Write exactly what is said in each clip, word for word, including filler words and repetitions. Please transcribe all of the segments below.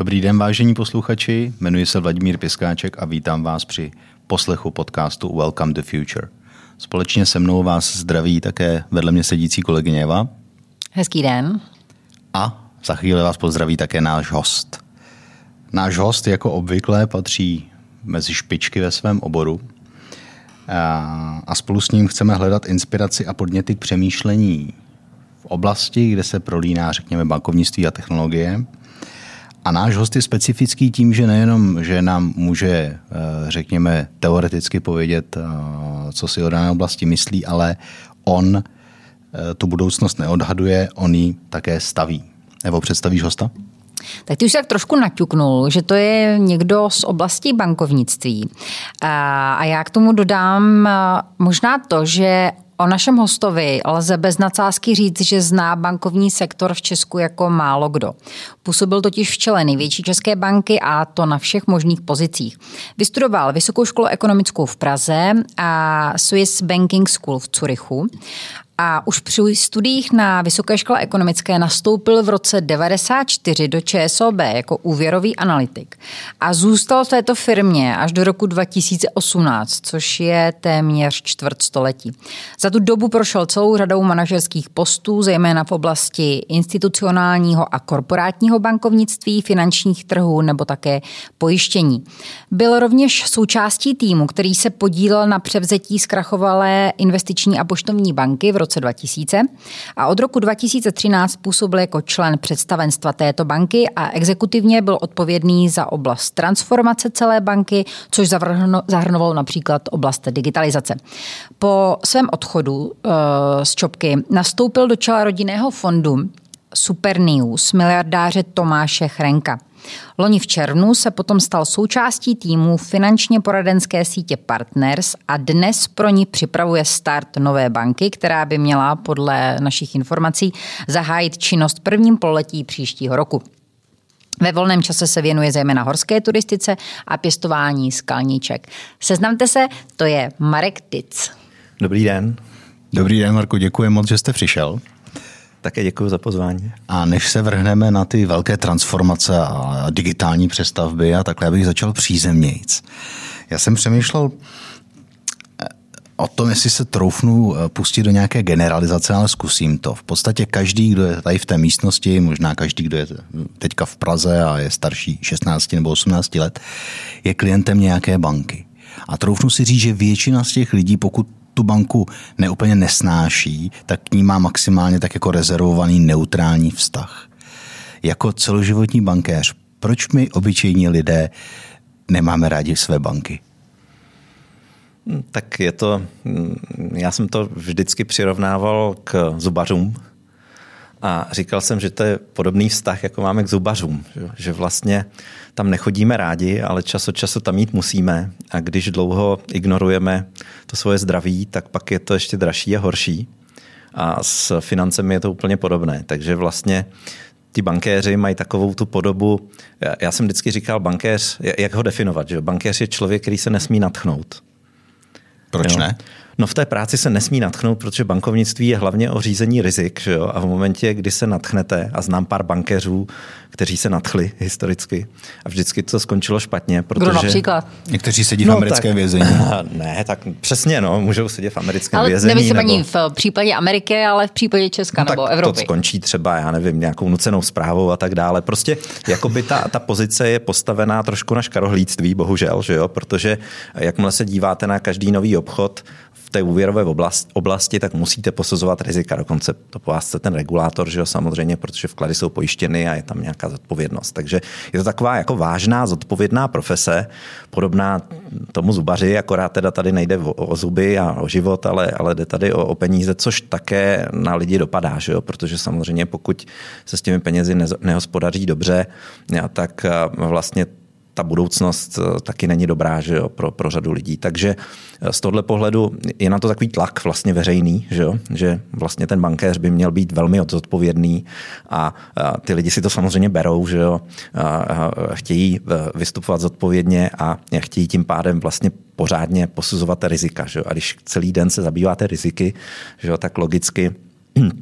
Dobrý den, vážení posluchači, jmenuji se Vladimír Piskáček a vítám vás při poslechu podcastu Welcome the Future. Společně se mnou vás zdraví také vedle mě sedící kolegyně Eva. Hezký den. A za chvíli vás pozdraví také náš host. Náš host jako obvykle patří mezi špičky ve svém oboru a spolu s ním chceme hledat inspiraci a podněty k přemýšlení v oblasti, kde se prolíná, řekněme, bankovnictví a technologie. A náš host je specifický tím, že nejenom, že nám může, řekněme, teoreticky povědět, co si o dané oblasti myslí, ale on tu budoucnost neodhaduje, on ji také staví. Evo, představíš hosta? Tak ty už tak trošku naťuknul, že to je někdo z oblasti bankovnictví. A já k tomu dodám možná to, že o našem hostovi lze bez nadsázky říct, že zná bankovní sektor v Česku jako málo kdo. Působil totiž v čele největší české banky a to na všech možných pozicích. Vystudoval Vysokou školu ekonomickou v Praze a Swiss Banking School v Curychu. A už při studiích na Vysoké škole ekonomické nastoupil v roce devadesát čtyři do ČSOB jako úvěrový analytik. A zůstal v této firmě až do roku dva tisíce osmnáct, což je téměř čtvrt století. Za tu dobu prošel celou řadou manažerských postů, zejména v oblasti institucionálního a korporátního bankovnictví, finančních trhů nebo také pojištění. Byl rovněž součástí týmu, který se podílel na převzetí zkrachovalé investiční a poštovní banky v roce dva tisíce a od roku dva tisíce třináct působil jako člen představenstva této banky a exekutivně byl odpovědný za oblast transformace celé banky, což zahrnovalo například oblast digitalizace. Po svém odchodu uh, z Čopky nastoupil do čela rodinného fondu Supernews miliardáře Tomáše Chrenka. Loni v červnu se potom stal součástí týmu finančně poradenské sítě Partners a dnes pro ní připravuje start nové banky, která by měla podle našich informací zahájit činnost prvním pololetí příštího roku. Ve volném čase se věnuje zejména horské turistice a pěstování skalníček. Seznamte se, to je Marek Tic. Dobrý den. Dobrý den, Marku, děkuji moc, že jste přišel. Také děkuji za pozvání. A než se vrhneme na ty velké transformace a digitální přestavby a takhle, bych začal přízemnějc. Já jsem přemýšlel o tom, jestli se troufnu pustit do nějaké generalizace, ale zkusím to. V podstatě každý, kdo je tady v té místnosti, možná každý, kdo je teďka v Praze a je starší šestnáct nebo osmnáct let, je klientem nějaké banky. A troufnu si říct, že většina z těch lidí, pokud tu banku neúplně nesnáší, tak k ní má maximálně tak jako rezervovaný neutrální vztah. Jako celoživotní bankéř, proč my obyčejní lidé nemáme rádi své banky? Tak je to, já jsem to vždycky přirovnával k zubařům a říkal jsem, že to je podobný vztah, jako máme k zubařům, že vlastně tam nechodíme rádi, ale čas od času tam jít musíme a když dlouho ignorujeme to svoje zdraví, tak pak je to ještě dražší a horší a s financemi je to úplně podobné, takže vlastně ti bankéři mají takovou tu podobu, já jsem vždycky říkal bankéř, jak ho definovat, že bankéř je člověk, který se nesmí nadchnout. Proč jo. ne? No v té práci se nesmí nadchnout, protože bankovnictví je hlavně o řízení rizik. Že jo? A v momentě, kdy se nadchnete, a znám pár bankéřů, kteří se nadchli historicky a vždycky to skončilo špatně. Protože... Kdo například? Někteří sedí v no, americkém tak... vězení. Ne, tak přesně, no, můžou sedět v americkém ale vězení. Ale nemyslím nebo... ani v případě Ameriky, ale v případě Česka no, nebo tak Evropy. To skončí třeba, já nevím, nějakou nucenou zprávou a tak dále. Prostě jakoby ta, ta pozice je postavená trošku na škarohlídství, bohužel, že jo? Protože jakmile se díváte na každý nový obchod v té úvěrové oblasti, tak musíte posuzovat rizika. Dokonce to po vás chce ten regulátor, že jo, samozřejmě, protože vklady jsou pojištěny a je tam nějaká zodpovědnost. Takže je to taková jako vážná, zodpovědná profese, podobná tomu zubaři, akorát teda tady nejde o, o zuby a o život, ale, ale jde tady o, o peníze, což také na lidi dopadá, že jo, protože samozřejmě pokud se s těmi penězi ne, nehospodaří dobře, tak vlastně ta budoucnost taky není dobrá, že jo, pro, pro řadu lidí. Takže z tohle pohledu je na to takový tlak vlastně veřejný, že jo, že vlastně ten bankéř by měl být velmi odpovědný a, a ty lidi si to samozřejmě berou, že jo, a, a chtějí vystupovat zodpovědně a chtějí tím pádem vlastně pořádně posuzovat rizika, že jo. A když celý den se zabýváte riziky, že jo, tak logicky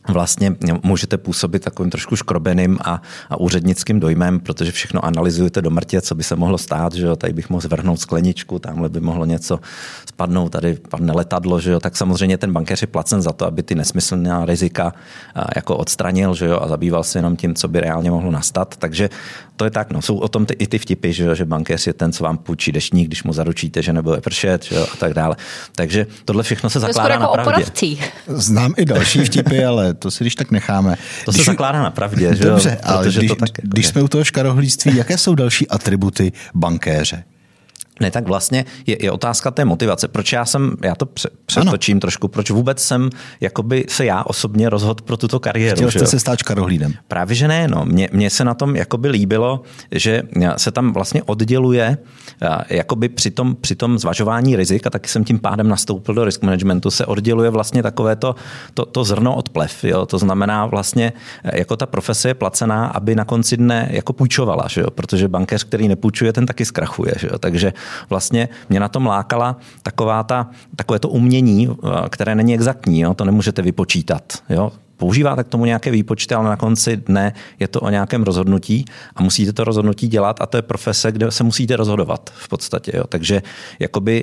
vlastně můžete působit takovým trošku škrobeným a, a úřednickým dojmem, protože všechno analyzujete do mrtě, co by se mohlo stát, že jo, tady bych mohl zvrhnout skleničku, tamhle by mohlo něco spadnout, tady padne letadlo, že jo, tak samozřejmě ten bankéř je placen za to, aby ty nesmyslná rizika jako odstranil, že jo, a zabýval se jenom tím, co by reálně mohlo nastat, takže to je tak, no, jsou o tom ty, i ty vtipy, že, jo, že bankéř je ten, co vám půjčí deštník, když mu zaručíte, že nebude pršet, že jo, a tak dále. Takže tohle všechno se zakládá na pravdě. Znám i další vtipy, ale to si když tak necháme. To se když... zakládá na pravdě, že Dobře, jo? ale když, to tak, když jsme u toho škarohlídství, jaké jsou další atributy bankéře? Ne, tak vlastně je, je otázka té motivace. Proč já jsem, já to přetočím ano. trošku, proč vůbec jsem jakoby se já osobně rozhodl pro tuto kariéru. Chtěl jste se stát škarohlídem? Právě, že ne, no. Mně, mně se na tom jakoby líbilo, že se tam vlastně odděluje jakoby při tom, při tom zvažování rizik, a taky jsem tím pádem nastoupil do risk managementu, se odděluje vlastně takové to, to, to zrno od plev. Jo? To znamená vlastně, jako ta profese je placená, aby na konci dne jako půjčovala, že jo? Protože bankéř, který nepůjčuje, ten taky zkrachuje. Že jo? Takže vlastně mě na tom lákala taková ta, takové to umění, které není exaktní, jo? To nemůžete vypočítat. Jo? Používáte k tomu nějaké výpočty, ale na konci dne je to o nějakém rozhodnutí a musíte to rozhodnutí dělat a to je profese, kde se musíte rozhodovat v podstatě. Jo. Takže jakoby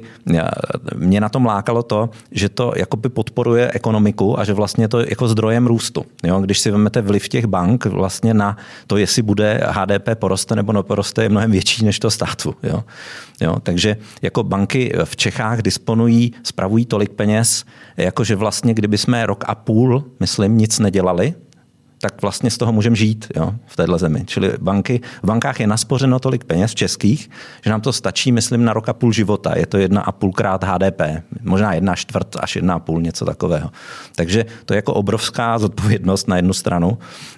mě na tom lákalo to, že to jakoby podporuje ekonomiku a že vlastně to je jako zdrojem růstu. Jo. Když si vezmete vliv těch bank vlastně na to, jestli bude H D P poroste nebo neporoste, je mnohem větší než to státu. Jo. Jo. Takže jako banky v Čechách disponují, spravují tolik peněz, jakože vlastně kdyby jsme rok a půl, myslím, nic nedělali, tak vlastně z toho můžeme žít, jo, v téhle zemi. Čili banky, v bankách je naspořeno tolik peněz českých, že nám to stačí, myslím, na rok a půl života. Je to jedna a půlkrát H D P. Možná jedna čtvrt až jedna a půl, něco takového. Takže to je jako obrovská zodpovědnost na jednu stranu.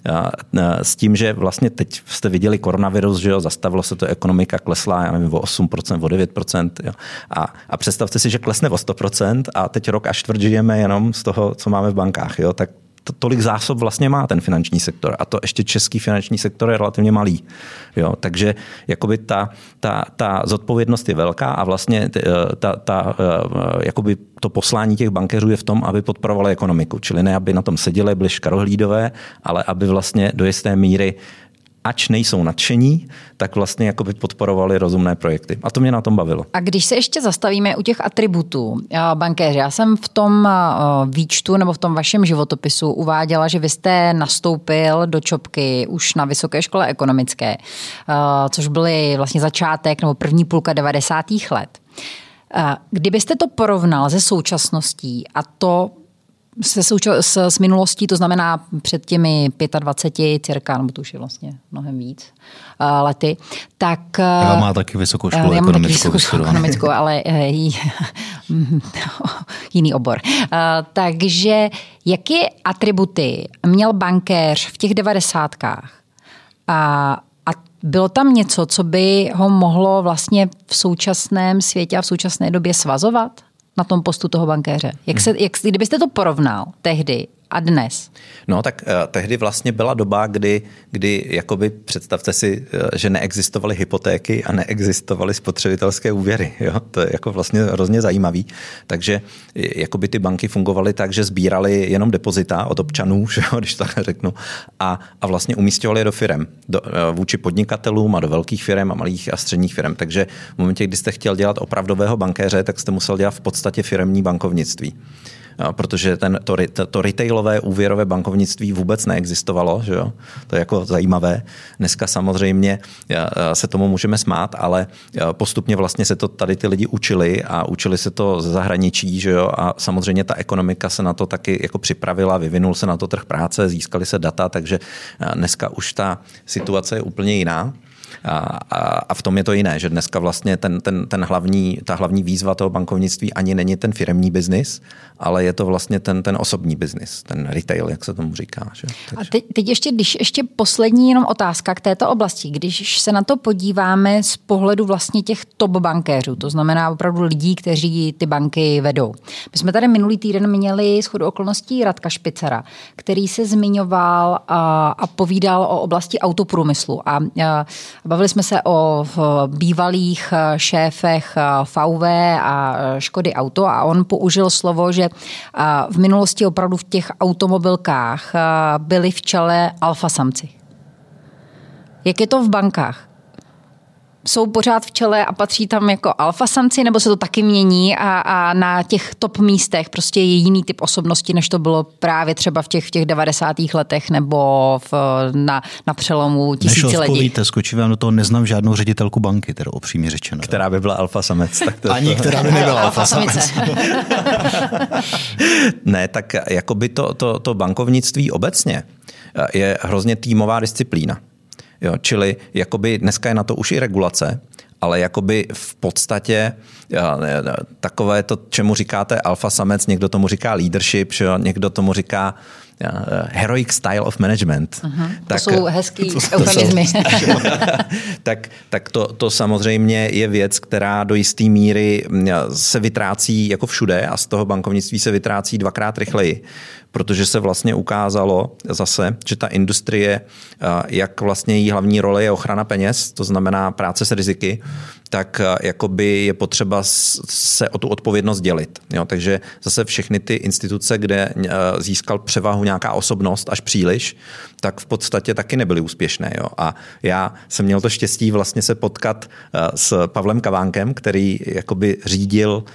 S tím, že vlastně teď jste viděli koronavirus, že jo, zastavilo se to, ekonomika klesla, já nevím, o osm procent, o devět procent. Jo. A, a představte si, že klesne o sto procent a teď rok a čtvrt žijeme jenom z toho, co máme v bankách. Jo. Tak To, tolik zásob vlastně má ten finanční sektor a to ještě český finanční sektor je relativně malý. Jo, takže jakoby ta, ta, ta zodpovědnost je velká a vlastně ta, ta, jakoby to poslání těch bankéřů je v tom, aby podporovali ekonomiku. Čili ne, aby na tom seděli, byli škarohlídové, ale aby vlastně do jisté míry, ač nejsou nadšení, tak vlastně jakoby podporovali rozumné projekty. A to mě na tom bavilo. A když se ještě zastavíme u těch atributů bankéře, já jsem v tom výčtu nebo v tom vašem životopisu uváděla, že vy jste nastoupil do ČOPky už na Vysoké škole ekonomické, což byly vlastně začátek nebo první půlka devadesátých let. Kdybyste to porovnal se současností a to Se souča- s, s minulostí, to znamená před těmi dvaceti pěti cirka, nebo to už je vlastně mnohem víc uh, lety, tak... Uh, já má taky vysokou školu uh, ekonomickou. Vysokou školu ekonomickou, ale uh, jiný obor. Uh, takže jaké atributy měl bankéř v těch devadesátkách? A A bylo tam něco, co by ho mohlo vlastně v současném světě a v současné době svazovat? Na tom postu toho bankéře. Jak se, jak, kdybyste to porovnal tehdy a dnes? No tak uh, tehdy vlastně byla doba, kdy, kdy jakoby představte si, uh, že neexistovaly hypotéky a neexistovaly spotřebitelské úvěry. Jo? To je jako vlastně hrozně zajímavý. Takže jakoby ty banky fungovaly tak, že sbíraly jenom depozita od občanů, že jo, když tak řeknu, a, a vlastně umísťovaly je do firem, do, uh, vůči podnikatelům a do velkých firem a malých a středních firem. Takže v momentě, kdy jste chtěl dělat opravdového bankéře, tak jste musel dělat v podstatě firemní bankovnictví. Protože ten, to, to, to retailové úvěrové bankovnictví vůbec neexistovalo. Že jo? To je jako zajímavé. Dneska samozřejmě se tomu můžeme smát, ale postupně vlastně se to tady ty lidi učili a učili se to ze zahraničí. Že jo? A samozřejmě ta ekonomika se na to taky jako připravila, vyvinul se na to trh práce, získali se data, takže dneska už ta situace je úplně jiná. A, a, a v tom je to jiné, že dneska vlastně ten, ten, ten hlavní, ta hlavní výzva toho bankovnictví ani není ten firemní biznis, ale je to vlastně ten, ten osobní biznis, ten retail, jak se tomu říká. Že? A teď, teď ještě, když ještě poslední jenom otázka k této oblasti. Když se na to podíváme z pohledu vlastně těch top bankéřů, to znamená opravdu lidí, kteří ty banky vedou. My jsme tady minulý týden měli shodou okolností Radka Špicera, který se zmiňoval a, a povídal o oblasti autoprůmyslu a, a Bavili jsme se o bývalých šéfech V W a Škody Auto a on použil slovo, že v minulosti opravdu v těch automobilkách byli v čele alfasamci. Jak je to v bankách? Jsou pořád v čele a patří tam jako alfasamci, nebo se to taky mění a, a na těch top místech prostě je jiný typ osobnosti, než to bylo právě třeba v těch, v těch devadesátých letech nebo v, na, na přelomu tisíciletí? Než skočí vám do toho, neznám žádnou ředitelku banky, teda opřímně řečeno. Která by byla alfasamec. Tak to Ani to... která by nebyla alfasamec. Ne, tak jakoby to, to, to bankovnictví obecně je hrozně týmová disciplína. Jo, čili jakoby dneska je na to už i regulace, ale jakoby v podstatě takové to, čemu říkáte alfa samec, někdo tomu říká leadership, někdo tomu říká heroic style of management. Uh-huh. Tak, to jsou hezký eufemizmy. tak tak to, to samozřejmě je věc, která do jisté míry se vytrácí jako všude a z toho bankovnictví se vytrácí dvakrát rychleji, protože se vlastně ukázalo zase, že ta industrie, jak vlastně její hlavní role je ochrana peněz, to znamená práce s riziky, tak jakoby je potřeba se o tu odpovědnost dělit. Jo? Takže zase všechny ty instituce, kde získal převahu nějaká osobnost až příliš, tak v podstatě taky nebyly úspěšné. Jo? A já jsem měl to štěstí vlastně se potkat s Pavlem Kavánkem, který jakoby řídil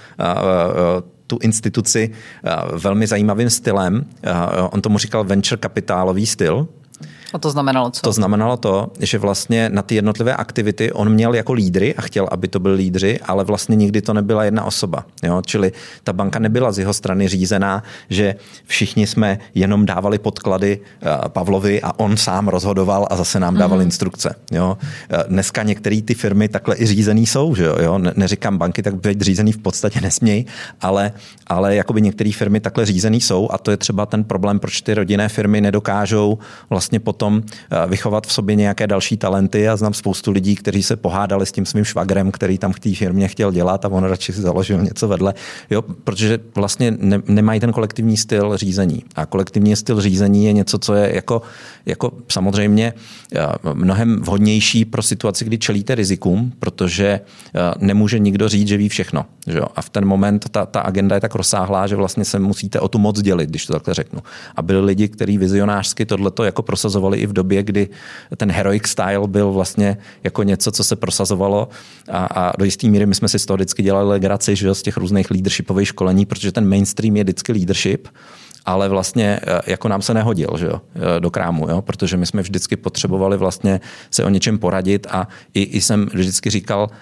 tu instituci velmi zajímavým stylem. On tomu říkal venture kapitálový styl. A to znamenalo co? To znamenalo to, že vlastně na ty jednotlivé aktivity on měl jako lídry a chtěl, aby to byli lídři, ale vlastně nikdy to nebyla jedna osoba. Jo? Čili ta banka nebyla z jeho strany řízená, že všichni jsme jenom dávali podklady Pavlovi a on sám rozhodoval a zase nám dával mm. instrukce. Jo? Dneska některé ty firmy takhle i řízený jsou, že jo? Neříkám banky, tak být řízený v podstatě nesmějí, ale, ale jakoby některé firmy takhle řízený jsou a to je třeba ten problém, proč ty rodinné firmy nedokážou vlastně potom vychovat v sobě nějaké další talenty. Já znám spoustu lidí, kteří se pohádali s tím svým švagrem, který tam v té firmě chtěl dělat a on radši si založil něco vedle. Jo, protože vlastně ne, nemají ten kolektivní styl řízení. A kolektivní styl řízení je něco, co je jako, jako samozřejmě mnohem vhodnější pro situaci, kdy čelíte rizikům, protože nemůže nikdo říct, že ví všechno. Že? A v ten moment ta, ta agenda je tak rozsáhlá, že vlastně se musíte o tu moc dělit, když to takhle řeknu. A byli lidi, kteří vizionářsky tohleto jako prosazovali i v době, kdy ten heroic style byl vlastně jako něco, co se prosazovalo a, a do jisté míry my jsme si z toho vždycky dělali legraci, že z těch různých leadershipových školení, protože ten mainstream je vždycky leadership, ale vlastně jako nám se nehodil, že jo, do krámu, jo, protože my jsme vždycky potřebovali vlastně se o něčem poradit a i, i jsem vždycky říkal,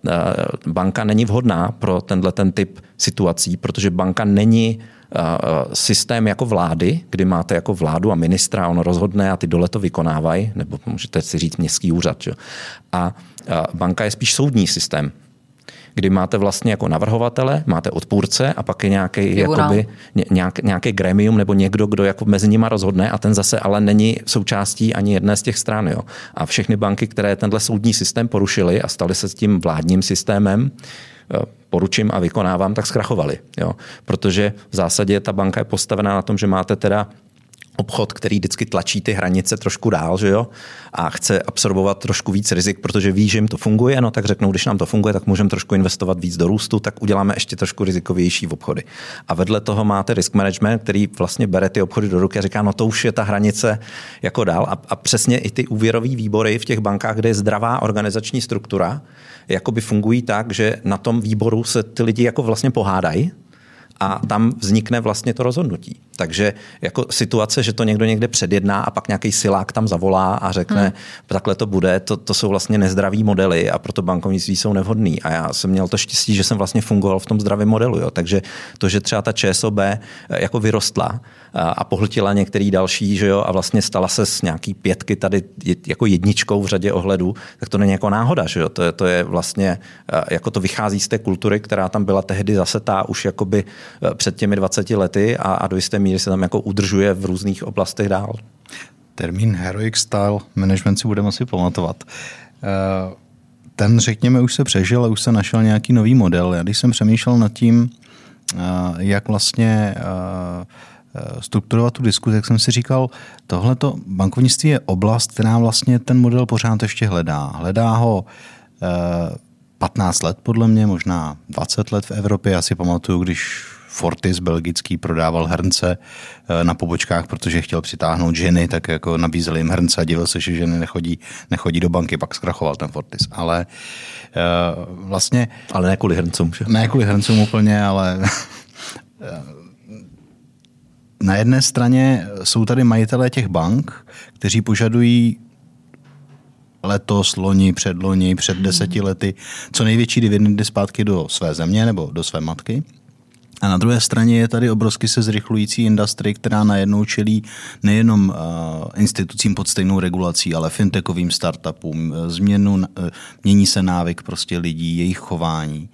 banka není vhodná pro tenhle ten typ situací, protože banka není systém jako vlády, kdy máte jako vládu a ministra, on rozhodne a ty dole to vykonávají, nebo můžete si říct městský úřad. Že? A banka je spíš soudní systém, kdy máte vlastně jako navrhovatele, máte odpůrce a pak je nějaký, jakoby, nějak, nějaký gremium nebo někdo, kdo jako mezi nima rozhodne a ten zase ale není součástí ani jedné z těch stran. Jo? A všechny banky, které tenhle soudní systém porušily a staly se s tím vládním systémem, poručím a vykonávám, tak zkrachovali. Jo? Protože v zásadě ta banka je postavená na tom, že máte teda obchod, který vždycky tlačí ty hranice trošku dál, že jo? A chce absorbovat trošku víc rizik, protože ví, že jim to funguje, no tak řeknou, když nám to funguje, tak můžeme trošku investovat víc do růstu, tak uděláme ještě trošku rizikovější v obchody. A vedle toho máte risk management, který vlastně bere ty obchody do ruky a říká, no to už je ta hranice jako dál. A, a přesně i ty úvěrový výbory v těch bankách, kde je zdravá organizační struktura, jakoby fungují tak, že na tom výboru se ty lidi jako vlastně pohádají a tam vznikne vlastně to rozhodnutí. Takže jako situace, že to někdo někde předjedná a pak nějaký silák tam zavolá a řekne, hmm. takhle to bude, to, to jsou vlastně nezdravý modely a proto bankovnictví jsou nevhodný. A já jsem měl to štěstí, že jsem vlastně fungoval v tom zdravém modelu. Jo. Takže to, že třeba ta ČSOB jako vyrostla a pohltila některý další, že jo, a vlastně stala se z nějaký pětky tady jako jedničkou v řadě ohledů, tak to není jako náhoda, že jo. To je, to je vlastně, jako to vychází z té kultury, která tam byla tehdy zasetá už jakoby před těmi dvaceti lety a, a do jisté míry se tam jako udržuje v různých oblastech dál. Termín heroic style management si budeme asi pamatovat. Ten, řekněme, už se přežil a už se našel nějaký nový model. Já když jsem přemýšlel nad tím, jak vlastně strukturovat tu diskuzi, jak jsem si říkal, tohleto bankovnictví je oblast, která vlastně ten model pořád ještě hledá. Hledá ho patnáct let podle mě, možná dvacet let v Evropě. Já si pamatuju, když Fortis belgický prodával hrnce na pobočkách, protože chtěl přitáhnout ženy, tak jako nabízeli jim hrnce a divil se, že ženy nechodí, nechodí do banky, pak zkrachoval ten Fortis. Ale uh, vlastně... Ale ne kvůli hrncům, že? Ne kvůli hrncům úplně, ale... Na jedné straně jsou tady majitelé těch bank, kteří požadují letos, loni, předloni, před deseti lety co největší dividendy zpátky do své země nebo do své matky. A na druhé straně je tady obrovsky se zrychlující industrie, která najednou čelí nejenom institucím pod stejnou regulací, ale fintechovým startupům, změnu, mění se návyk prostě lidí, jejich chování.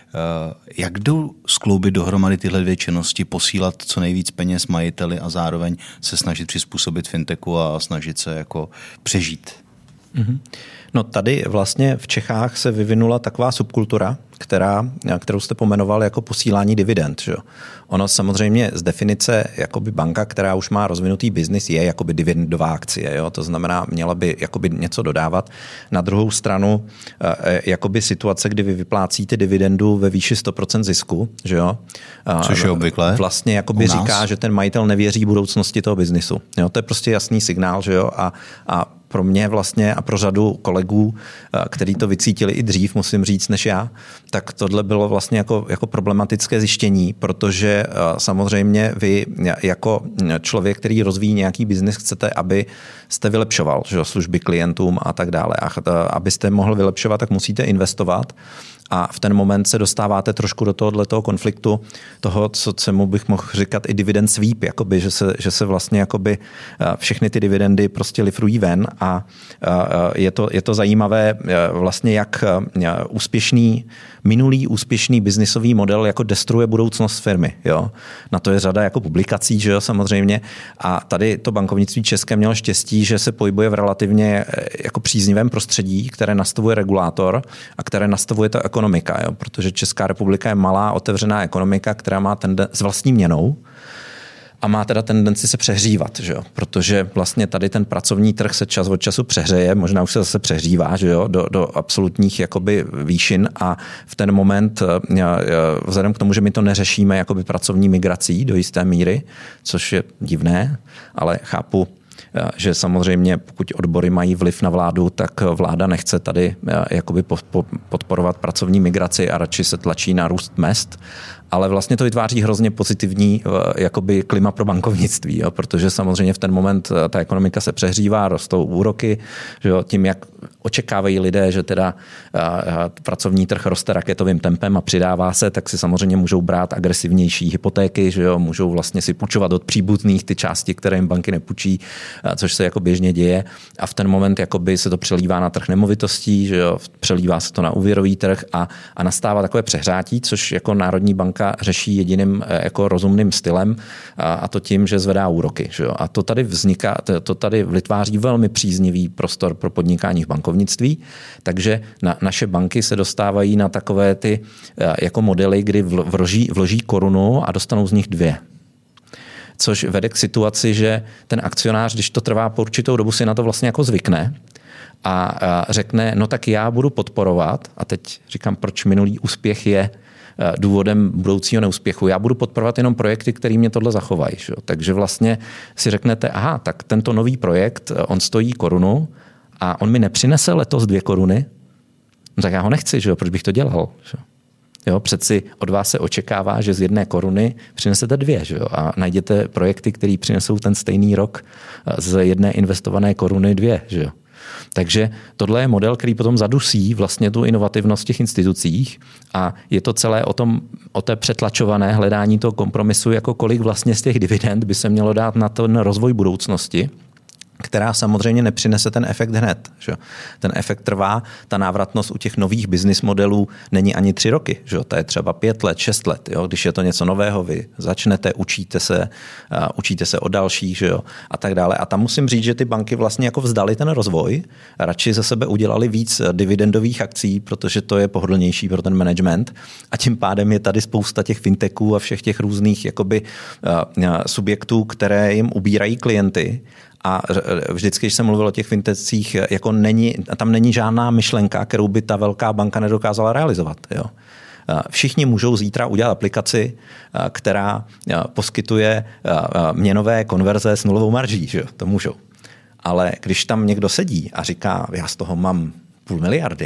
Jak jdou skloubit dohromady tyhle dvě činnosti, posílat co nejvíc peněz majiteli a zároveň se snažit přizpůsobit fintechu a snažit se jako přežít? Mm-hmm. No tady vlastně v Čechách se vyvinula taková subkultura, která, kterou jste pomenoval jako posílání dividend. Že? Ono samozřejmě z definice jakoby banka, která už má rozvinutý biznis, je jakoby dividendová akcie. Jo? To znamená, měla by jakoby něco dodávat. Na druhou stranu jakoby situace, kdy vy vyplácíte dividendu ve výši sto procent zisku, že jo? Což je obvyklé. Vlastně jakoby říká, že ten majitel nevěří budoucnosti toho biznisu. Jo? To je prostě jasný signál, že jo? A, a pro mě vlastně a pro řadu kolegů, kteří to vycítili i dřív, musím říct, než já, tak tohle bylo vlastně jako, jako problematické zjištění, protože samozřejmě vy jako člověk, který rozvíjí nějaký biznis, chcete, aby jste vylepšoval, že, služby klientům a tak dále. A abyste mohl vylepšovat, tak musíte investovat. A v ten moment se dostáváte trošku do tohoto konfliktu toho, co se mu bych mohl říkat i dividend sweep, jakoby, že, se, že se vlastně jakoby všechny ty dividendy prostě lifrují ven a je to, je to zajímavé vlastně, jak úspěšný, minulý úspěšný biznisový model jako destruuje budoucnost firmy. Jo? Na to je řada jako publikací, že jo, samozřejmě. A tady to bankovnictví české mělo štěstí, že se pohybuje v relativně jako příznivém prostředí, které nastavuje regulátor a které nastavuje ta ekonomika, jo? Protože Česká republika je malá, otevřená ekonomika, která má tenden- s vlastní měnou a má teda tendenci se přehřívat, že jo? Protože vlastně tady ten pracovní trh se čas od času přehřeje, možná už se zase přehřívá, že jo? Do, do absolutních jakoby výšin a v ten moment, vzhledem k tomu, že my to neřešíme jakoby pracovní migrací do jisté míry, což je divné, ale chápu, že samozřejmě pokud odbory mají vliv na vládu, tak vláda nechce tady jakoby podporovat pracovní migraci a radši se tlačí na růst mezd. Ale vlastně to vytváří hrozně pozitivní jakoby klima pro bankovnictví, jo? Protože samozřejmě v ten moment ta ekonomika se přehřívá, rostou úroky, že jo? Tím, jak očekávají lidé, že teda pracovní trh roste raketovým tempem a přidává se, tak si samozřejmě můžou brát agresivnější hypotéky, že jo? Můžou vlastně si půjčovat od příbuzných ty části, které jim banky nepůjčí, což se jako běžně děje. A v ten moment jakoby se to přelívá na trh nemovitostí, že jo? Přelívá se to na úvěrový trh a, a nastává takové přehrátí, což jako Národní banka řeší jediným jako rozumným stylem a, a to tím, že zvedá úroky. Že jo? A to tady vzniká, to, to tady vytváří velmi příznivý prostor pro podnikání v bankovnictví, takže na, naše banky se dostávají na takové ty jako modely, kdy vloží, vloží korunu a dostanou z nich dvě. Což vede k situaci, že ten akcionář, když to trvá po určitou dobu, si na to vlastně jako zvykne a, a řekne, no tak já budu podporovat, a teď říkám, proč minulý úspěch je důvodem budoucího neúspěchu. Já budu podporovat jenom projekty, které mě tohle zachovají. Že? Takže vlastně si řeknete, aha, tak tento nový projekt, on stojí korunu a on mi nepřinese letos dvě koruny, no tak já ho nechci, že? Proč bych to dělal? Že? Jo, přeci od vás se očekává, že z jedné koruny přinesete dvě, že? A najděte projekty, které přinesou ten stejný rok z jedné investované koruny dvě. Že? Takže tohle je model, který potom zadusí vlastně tu inovativnost v těch institucích a je to celé o, tom, o té přetlačované hledání toho kompromisu, jako kolik vlastně z těch dividend by se mělo dát na ten rozvoj budoucnosti. která samozřejmě nepřinese ten efekt hned. Že? Ten efekt trvá, ta návratnost u těch nových business modelů není ani tři roky. Že? To je třeba pět let, šest let. Jo? Když je to něco nového, vy začnete, učíte se, uh, učíte se o dalších, že jo? A tak dále. A tam musím říct, že ty banky vlastně jako vzdali ten rozvoj, radši ze sebe udělali víc dividendových akcí, protože to je pohodlnější pro ten management a tím pádem je tady spousta těch fintechů a všech těch různých jakoby, uh, subjektů, které jim ubírají klienty. A vždycky, když jsem mluvil o těch fintechcích, jako není, tam není žádná myšlenka, kterou by ta velká banka nedokázala realizovat. Jo. Všichni můžou zítra udělat aplikaci, která poskytuje měnové konverze s nulovou marží. Že? To můžou. Ale když tam někdo sedí a říká, já z toho mám půl miliardy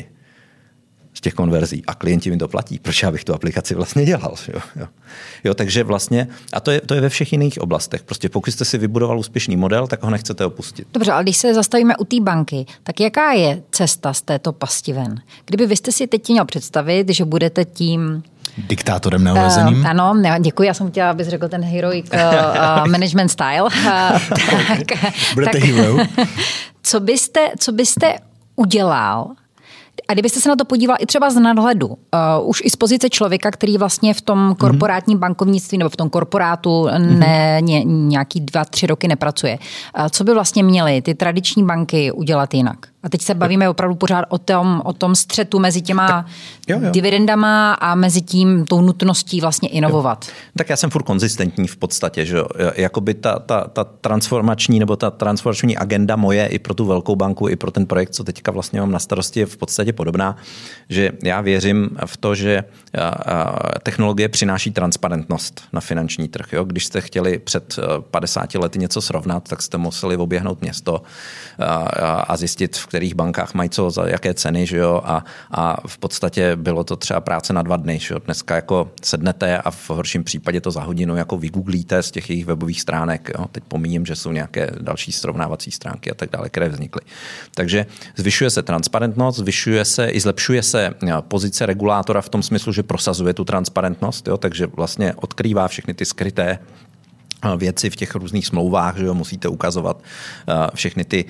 z těch konverzí a klienti mi to platí, proč já bych tu aplikaci vlastně dělal? Jo, jo. jo takže vlastně, a to je, to je ve všech jiných oblastech. Prostě pokud jste si vybudoval úspěšný model, tak ho nechcete opustit. Dobře, ale když se zastavíme u té banky, tak jaká je cesta z této pasti ven? Kdyby vy jste si teď měl představit, že budete tím diktátorem neomezeným? Uh, ano, ne, děkuji, já jsem chtěla, abys řekl ten heroic uh, uh, management style. Uh, tak, budete tak, hero? Co byste, co byste udělal, a kdybyste se na to podíval i třeba z nadhledu, uh, už i z pozice člověka, který vlastně v tom korporátním bankovnictví nebo v tom korporátu ne, ně, nějaký dva, tři roky nepracuje. Uh, co by vlastně měly ty tradiční banky udělat jinak? A teď se bavíme opravdu pořád o tom, o tom střetu mezi těma tak, jo, jo. dividendama a mezi tím tou nutností vlastně inovovat. Jo. Tak já jsem furt konzistentní v podstatě, že jakoby ta, ta, ta transformační nebo ta transformační agenda moje i pro tu velkou banku, i pro ten projekt, co teďka vlastně mám na starosti, je v podstatě podobná, že já věřím v to, že technologie přináší transparentnost na finanční trh. Jo? Když jste chtěli před padesáti lety něco srovnat, tak jste museli oběhnout město a zjistit, v kterých bankách mají co, za jaké ceny, že jo? A, a v podstatě bylo to třeba práce na dva dny. Že jo? Dneska jako sednete a v horším případě to za hodinu jako vygooglíte z těch jejich webových stránek. Jo? Teď pomíním, že jsou nějaké další srovnávací stránky a tak dále, které vznikly. Takže zvyšuje se transparentnost, zvyšuje se i zlepšuje se pozice regulátora v tom smyslu, že prosazuje tu transparentnost, jo? Takže vlastně odkrývá všechny ty skryté věci v těch různých smlouvách, že jo, musíte ukazovat všechny ty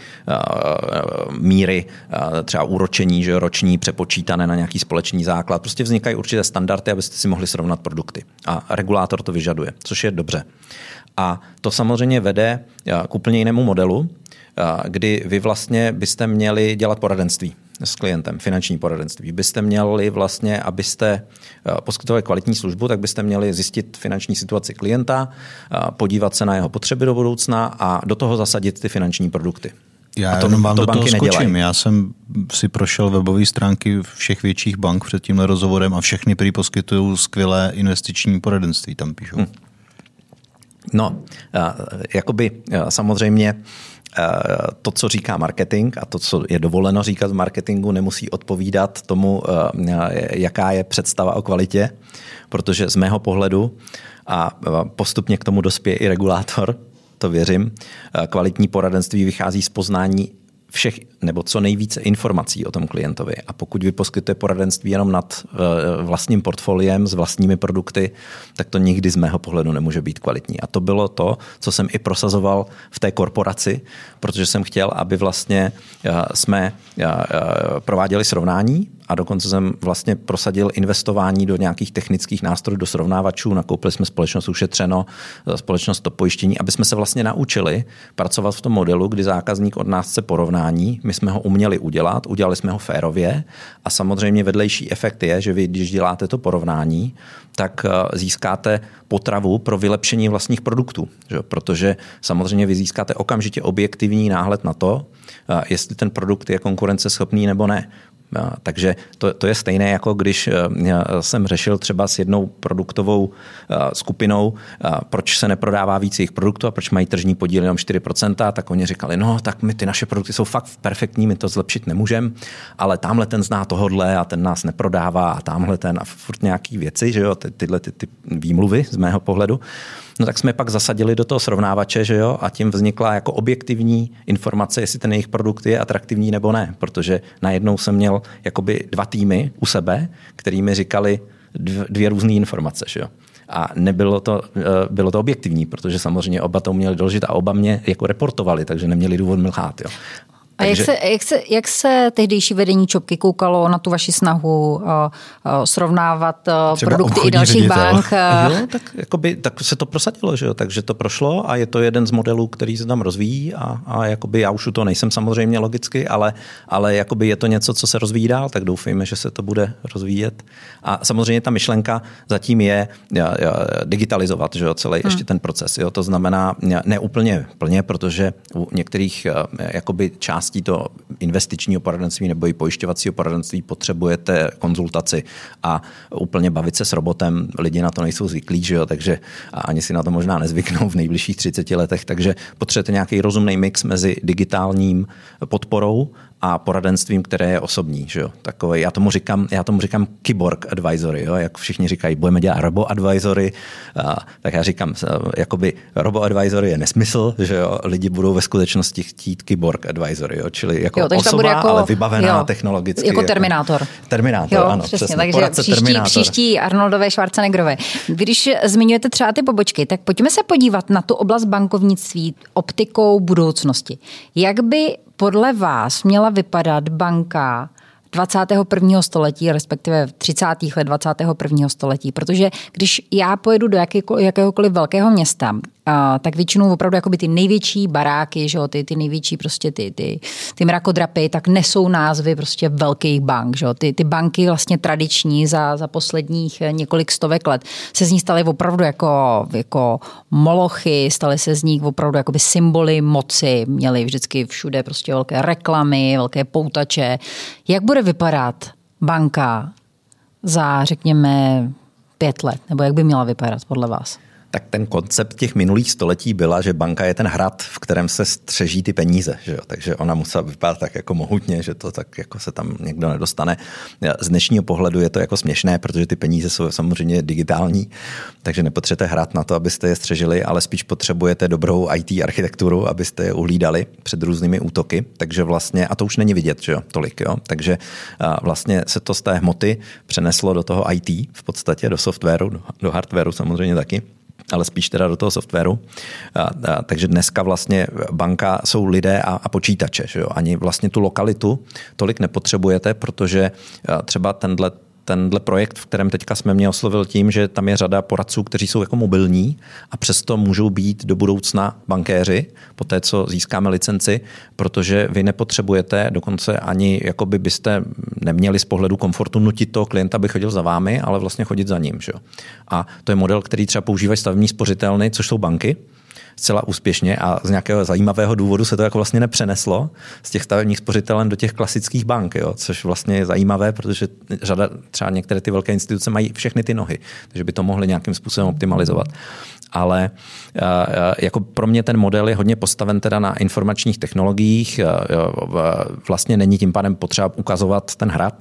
míry, třeba úročení, že jo, roční, přepočítané na nějaký společný základ. Prostě vznikají určité standardy, abyste si mohli srovnat produkty. A regulátor to vyžaduje, což je dobře. A to samozřejmě vede k úplně jinému modelu, kdy vy vlastně byste měli dělat poradenství s klientem, finanční poradenství. Byste měli vlastně, abyste poskytovali kvalitní službu, tak byste měli zjistit finanční situaci klienta, podívat se na jeho potřeby do budoucna a do toho zasadit ty finanční produkty. Já to, jenom vám to do toho skočím. Nedělají. Já jsem si prošel webové stránky všech větších bank před tímhle rozhovorem a všechny, které poskytují skvělé investiční poradenství, tam píšou. Hmm. No, jakoby samozřejmě to, co říká marketing a to, co je dovoleno říkat v marketingu, nemusí odpovídat tomu, jaká je představa o kvalitě, protože z mého pohledu a postupně k tomu dospěje i regulátor, to věřím, kvalitní poradenství vychází z poznání všech nebo co nejvíce informací o tom klientovi. A pokud vy poskytujete poradenství jenom nad vlastním portfoliem s vlastními produkty, tak to nikdy z mého pohledu nemůže být kvalitní. A to bylo to, co jsem i prosazoval v té korporaci, protože jsem chtěl, aby vlastně jsme prováděli srovnání a dokonce jsem vlastně prosadil investování do nějakých technických nástrojů, do srovnávačů. Nakoupili jsme společnost Ušetřeno, společnost To pojištění, aby jsme se vlastně naučili pracovat v tom modelu, kdy zákazník od nás chce porovnání. My jsme ho uměli udělat, udělali jsme ho férově a samozřejmě vedlejší efekt je, že vy, když děláte to porovnání, tak získáte potravu pro vylepšení vlastních produktů. Že? Protože samozřejmě vy získáte okamžitě objektivní náhled na to, jestli ten produkt je konkurenceschopný nebo ne. Takže to, to je stejné, jako když jsem řešil třeba s jednou produktovou skupinou, proč se neprodává víc jejich produktů a proč mají tržní podíl jenom čtyři procenta, tak oni říkali, no tak my ty naše produkty jsou fakt perfektní, my to zlepšit nemůžeme, ale tamhle ten zná tohodle a ten nás neprodává a tamhle ten a furt nějaký věci, že jo, ty, tyhle ty, ty výmluvy z mého pohledu. No tak jsme pak zasadili do toho srovnávače, že jo, a tím vznikla jako objektivní informace, jestli ten jejich produkt je atraktivní nebo ne, protože najednou jsem měl jakoby dva týmy u sebe, který mi říkali dvě různé informace, že jo. A nebylo to, bylo to objektivní, protože samozřejmě oba to uměli doložit a oba mě jako reportovali, takže neměli důvod mlhát. Jo. A jak se, jak, se, jak se tehdejší vedení Čopky koukalo na tu vaši snahu uh, uh, srovnávat uh, produkty i dalších ředitel. bank? Uh... Jo, tak, jakoby, tak se to prosadilo, že jo? Takže to prošlo a je to jeden z modelů, který se tam rozvíjí a, a jakoby já už u toho nejsem samozřejmě logicky, ale, ale jakoby je to něco, co se rozvíjí dál, tak doufejme, že se to bude rozvíjet. A samozřejmě ta myšlenka zatím je ja, ja, digitalizovat, že jo, celý hmm. ještě ten proces. Jo? To znamená ne úplně plně, protože u některých jakoby částí to investičního poradenství nebo i pojišťovacího poradenství potřebujete konzultaci a úplně bavit se s robotem, lidi na to nejsou zvyklí, že jo, takže ani si na to možná nezvyknou v nejbližších třiceti letech, takže potřebujete nějaký rozumný mix mezi digitálním podporou a poradenstvím, které je osobní, že jo. Takové, já tomu říkám, já tomu říkám kyborg advisory, jo, jak všichni říkají, budeme dělat robo advisory, a, tak já říkám, jakoby robo advisory je nesmysl, že jo, lidi budou ve skutečnosti chtít kyborg advisory, jo, čili jako jo, osoba, jako, ale vybavená jo, technologicky. Jako Terminátor. Jako, Terminátor, jo, ano, přesně, přesně. Takže příští, příští Arnoldové, Schwarzeneggerové. Když zmiňujete třeba ty pobočky, tak pojďme se podívat na tu oblast bankovnictví optikou budoucnosti. Jak by podle vás měla vypadat banka dvacátého prvního století, respektive třicátých let dvacátého prvního století? Protože když já pojedu do jakéhokoliv velkého města, tak většinou opravdu jakoby ty největší baráky, že jo, ty, ty největší prostě ty, ty, ty mrakodrapy, tak nesou názvy prostě velkých bank. Že jo. Ty, ty banky vlastně tradiční za, za posledních několik stovek let se z nich staly opravdu jako, jako molochy, staly se z nich opravdu jakoby symboly moci, měly vždycky všude prostě velké reklamy, velké poutače. Jak bude vypadat banka za, řekněme, pět let? Nebo jak by měla vypadat podle vás? Tak ten koncept těch minulých století byla, že banka je ten hrad, v kterém se střeží ty peníze. Že jo? Takže ona musela vypadat tak jako mohutně, že to tak jako se tam někdo nedostane. Z dnešního pohledu je to jako směšné, protože ty peníze jsou samozřejmě digitální, takže nepotřebujete hrad na to, abyste je střežili, ale spíš potřebujete dobrou í té architekturu, abyste je uhlídali před různými útoky. Takže vlastně, a to už není vidět, že jo, tolik. Jo? Takže vlastně se to z té hmoty přeneslo do toho í té, v podstatě do softwaru, do, do hardwaru samozřejmě taky, ale spíš teda do toho softwaru. A, a, takže dneska vlastně banka jsou lidé a, a počítače. Že jo? Ani vlastně tu lokalitu tolik nepotřebujete, protože třeba tenhle tenhle projekt, v kterém teďka jsme mě oslovil tím, že tam je řada poradců, kteří jsou jako mobilní a přesto můžou být do budoucna bankéři, po té, co získáme licenci, protože vy nepotřebujete, dokonce ani jakoby byste neměli z pohledu komfortu nutit toho klienta, aby chodil za vámi, ale vlastně chodit za ním. Že? A to je model, který třeba používají stavební spořitelny, což jsou banky, zcela úspěšně a z nějakého zajímavého důvodu se to jako vlastně nepřeneslo z těch stavebních spořitelen do těch klasických bank, jo, což vlastně je zajímavé, protože řada, třeba některé ty velké instituce mají všechny ty nohy, takže by to mohly nějakým způsobem optimalizovat. Ale jako pro mě ten model je hodně postaven teda na informačních technologiích, vlastně není tím pádem potřeba ukazovat ten hrad,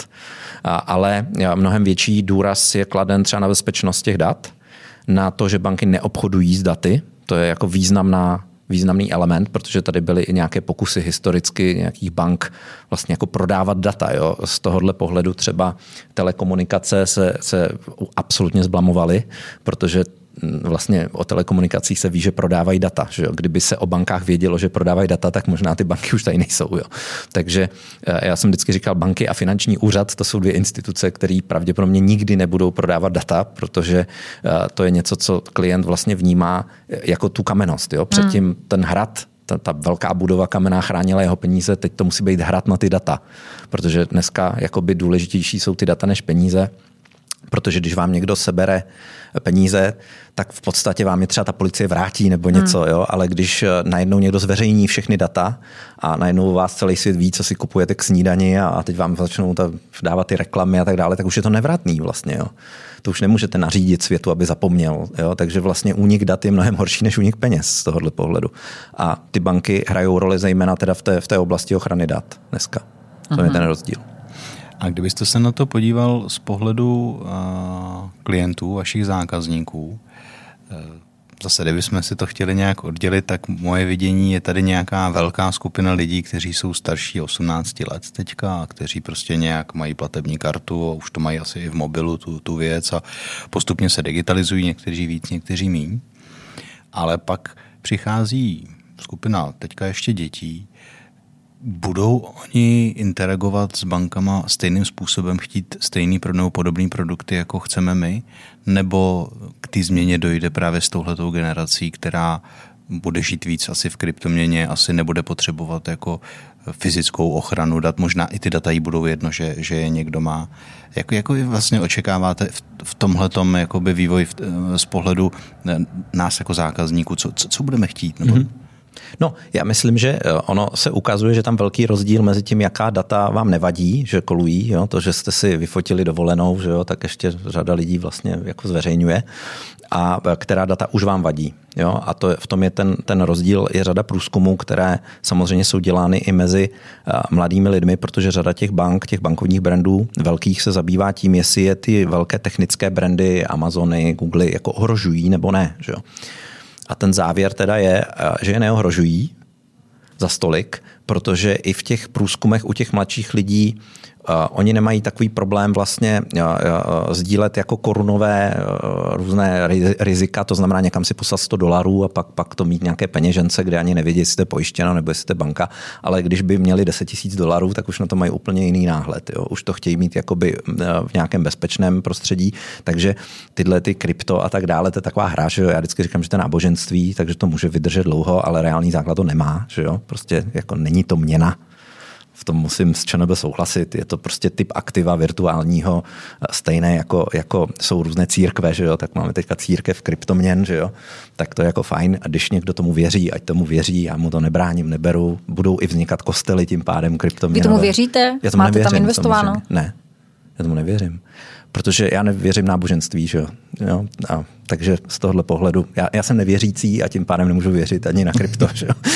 ale mnohem větší důraz je kladen třeba na bezpečnost těch dat, na to, že banky neobchodují s daty. To je jako významná, významný element, protože tady byly i nějaké pokusy historicky nějakých bank vlastně jako prodávat data. Jo. Z tohohle pohledu třeba telekomunikace se, se absolutně zblamovaly, protože vlastně o telekomunikacích se ví, že prodávají data. Že jo? Kdyby se o bankách vědělo, že prodávají data, tak možná ty banky už tady nejsou. Jo? Takže já jsem vždycky říkal, banky a finanční úřad, to jsou dvě instituce, které pravděpodobně nikdy nebudou prodávat data, protože to je něco, co klient vlastně vnímá jako tu kamennost. Jo? Předtím hmm. ten hrad, ta, ta velká budova kamenná chránila jeho peníze, teď to musí být hrad na ty data, protože dneska jakoby důležitější jsou ty data než peníze. Protože když vám někdo sebere peníze, tak v podstatě vám je třeba ta policie vrátí nebo něco, hmm. jo? Ale když najednou někdo zveřejní všechny data a najednou vás celý svět ví, co si kupujete k snídani a teď vám začnou dávat ty reklamy a tak dále, tak už je to nevratný vlastně. Jo? To už nemůžete nařídit světu, aby zapomněl. Jo? Takže vlastně únik dat je mnohem horší než únik peněz z tohohle pohledu. A ty banky hrajou roli zejména teda v té, v té oblasti ochrany dat dneska. To hmm. je ten rozdíl. A kdybyste se na to podíval z pohledu uh, klientů, vašich zákazníků, uh, zase, kdybychom si to chtěli nějak oddělit, tak moje vidění je tady nějaká velká skupina lidí, kteří jsou starší osmnáct let teďka a kteří prostě nějak mají platební kartu a už to mají asi i v mobilu tu, tu věc a postupně se digitalizují, někteří víc, někteří míň. Ale pak přichází skupina teďka ještě dětí. Budou oni interagovat s bankama stejným způsobem, chtít stejný nebo podobný produkty, jako chceme my? Nebo k té změně dojde právě s touhletou generací, která bude žít víc asi v kryptoměně, asi nebude potřebovat jako fyzickou ochranu dat, možná i ty data jí budou jedno, že, že je někdo má. Jak, jako vlastně očekáváte v, v tomhletom jakoby vývoj v, z pohledu nás jako zákazníků, co, co, co budeme chtít? Nebo... Mm-hmm. No, já myslím, že ono se ukazuje, že tam velký rozdíl mezi tím, jaká data vám nevadí, že kolují, jo? To, že jste si vyfotili dovolenou, že jo? Tak ještě řada lidí vlastně jako zveřejňuje, a která data už vám vadí. Jo? A to, v tom je ten, ten rozdíl, je řada průzkumů, které samozřejmě jsou dělány i mezi mladými lidmi, protože řada těch bank, těch bankovních brandů velkých se zabývá tím, jestli je ty velké technické brandy, Amazony, Google jako ohrožují nebo ne. Že jo? A ten závěr teda je, že je neohrožují za stolik, protože i v těch průzkumech u těch mladších lidí uh, oni nemají takový problém vlastně uh, uh, sdílet jako korunové uh, různé rizika, to znamená někam si poslat sto dolarů a pak, pak to mít nějaké peněžence, kde ani nevědí, jestli jste pojištěna nebo jestli jste banka, ale když by měli deset tisíc dolarů, tak už na to mají úplně jiný náhled. Jo? Už to chtějí mít jakoby v nějakém bezpečném prostředí, takže tyhle ty krypto a tak dále, to je taková hra, že jo? Já vždycky říkám, že to je náboženství, takže to může vydržet dlouho, ale reálný základ to nemá, že jo? Prostě jako není to měna. V tom musím s ČNB souhlasit. Je to prostě typ aktiva virtuálního, stejné jako, jako jsou různé církve, že jo? Tak máme teďka církev kryptoměn, že jo? Tak to je jako fajn. A když někdo tomu věří, ať tomu věří, já mu to nebráním, neberu, budou i vznikat kostely tím pádem kryptoměnové. Vy tomu věříte? Já tomu Máte nevěřím, tam investováno? Samozřejmě. Ne, já tomu nevěřím. Protože já nevěřím náboženství, že jo. jo? A, takže z tohohle pohledu, já, já jsem nevěřící a tím pádem nemůžu věřit ani na krypto, že jo.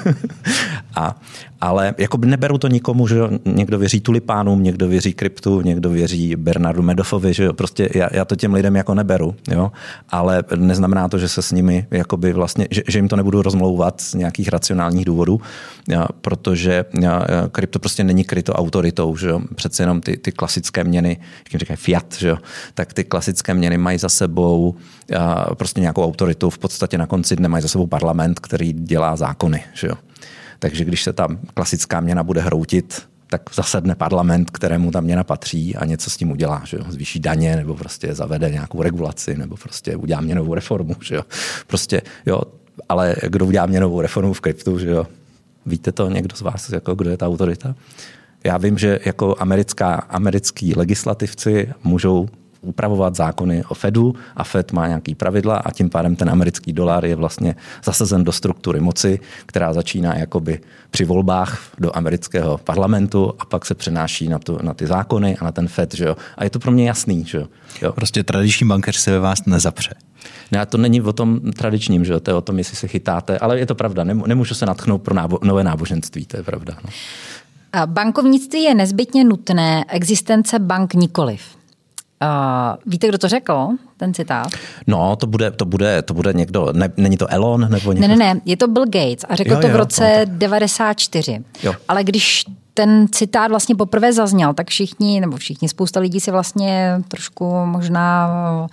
a, ale jako neberu to nikomu, že jo. Někdo věří tulipánům, někdo věří kryptu, někdo věří Bernardu Medoffovi, že jo. Prostě já, já to těm lidem jako neberu, jo. Ale neznamená to, že se s nimi jakoby vlastně, že, že jim to nebudu rozmlouvat z nějakých racionálních důvodů, jo, protože krypto prostě není kryto autoritou, že jo. Přece jenom ty, ty klasické měny, jak jim říkají fiat, že jo, tak ty klasické měny mají za sebou uh, prostě nějakou autoritu. V podstatě na konci dne mají za sebou parlament, který dělá zákony. Že jo. Takže když se ta klasická měna bude hroutit, tak zasedne parlament, kterému ta měna patří a něco s tím udělá. Že jo. Zvýší daně nebo prostě zavede nějakou regulaci nebo prostě udělá měnovou reformu. Že jo. Prostě, jo, ale kdo udělá měnovou reformu v kryptu, že jo. Víte to někdo z vás, jako, kdo je ta autorita? Já vím, že jako americká, americký legislativci můžou upravovat zákony o Fedu a Fed má nějaký pravidla a tím pádem ten americký dolar je vlastně zasazen do struktury moci, která začíná jakoby při volbách do amerického parlamentu a pak se přenáší na, tu, na ty zákony a na ten Fed. Že jo? A je to pro mě jasný. Že jo? Prostě tradiční bankéř se ve vás nezapře. Ne, to není o tom tradičním, že jo? To je o tom, jestli se chytáte, ale je to pravda. Nemůžu se natchnout pro nábo- nové náboženství, to je pravda. No. Bankovnictví je nezbytně nutné, existence bank nikoliv. Uh, víte, kdo to řekl, ten citát? No, to bude, to bude, to bude někdo, ne, není to Elon? Nebo někdo? Ne, ne, ne, je to Bill Gates a řekl jo, to v jo, roce no. devadesát čtyři. Jo. Ale když ten citát vlastně poprvé zazněl, tak všichni, nebo všichni, spousta lidí si vlastně trošku možná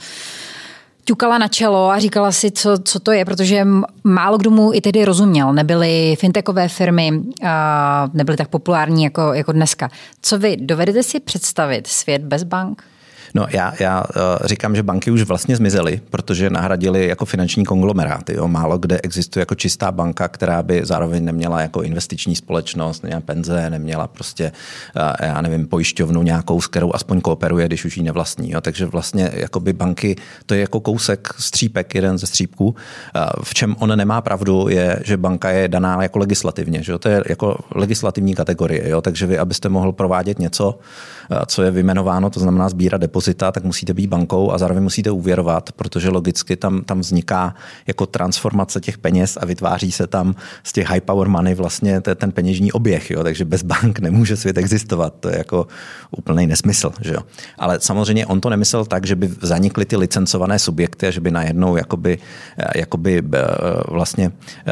ťukala na čelo a říkala si, co, co to je, protože málo kdo mu i tehdy rozuměl. Nebyly fintechové firmy, nebyly tak populární jako, jako dneska. Co vy, dovedete si představit svět bez bank? No já, já říkám, že banky už vlastně zmizely, protože nahradily jako finanční konglomeráty. Jo. Málo kde existuje jako čistá banka, která by zároveň neměla jako investiční společnost, neměla penze, neměla prostě, já nevím, pojišťovnu nějakou, s kterou aspoň kooperuje, když už ji nevlastní. Jo. Takže vlastně jakoby banky, to je jako kousek střípek, jeden ze střípků. V čem on nemá pravdu je, že banka je daná jako legislativně. Že jo. To je jako legislativní kategorie. Jo. Takže vy, abyste mohl provádět něco, co je vyjmenováno, to znamená sbírat depozity, depozita, tak musíte být bankou a zároveň musíte úvěrovat, protože logicky tam, tam vzniká jako transformace těch peněz a vytváří se tam z těch high power money vlastně ten peněžní oběh. Jo? Takže bez bank nemůže svět existovat. To je jako úplný nesmysl. Že jo? Ale samozřejmě on to nemyslel tak, že by zanikly ty licencované subjekty a že by najednou jakoby, jakoby vlastně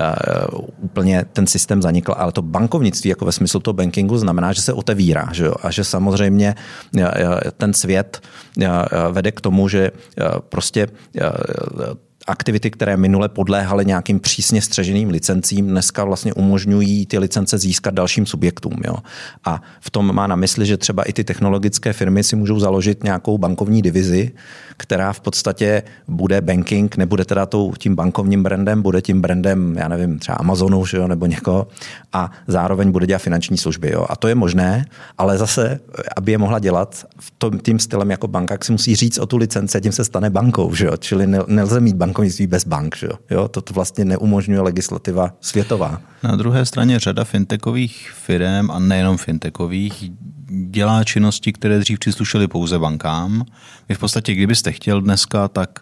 úplně ten systém zanikl, ale to bankovnictví jako ve smyslu toho bankingu znamená, že se otevírá, že jo? A že samozřejmě ten svět vede k tomu, že prostě aktivity, které minule podléhaly nějakým přísně střeženým licencím, dneska vlastně umožňují ty licence získat dalším subjektům. Jo. A v tom má na mysli, že třeba i ty technologické firmy si můžou založit nějakou bankovní divizi, která v podstatě bude banking, nebude teda tím bankovním brandem, bude tím brandem, já nevím, třeba Amazonu, že jo, nebo někoho, a zároveň bude dělat finanční služby. Jo. A to je možné, ale zase, aby je mohla dělat v tom, tím stylem jako banka, si musí říct o tu licenci a tím se stane bankou. Že jo. Čili nelze mít bankovnictví bez bank. Že jo. Jo, to vlastně neumožňuje legislativa světová. Na druhé straně řada fintechových firm a nejenom fintechových dělá činnosti, které dřív příslušely pouze bankám. Vy v podstatě, kdybyste chtěl dneska, tak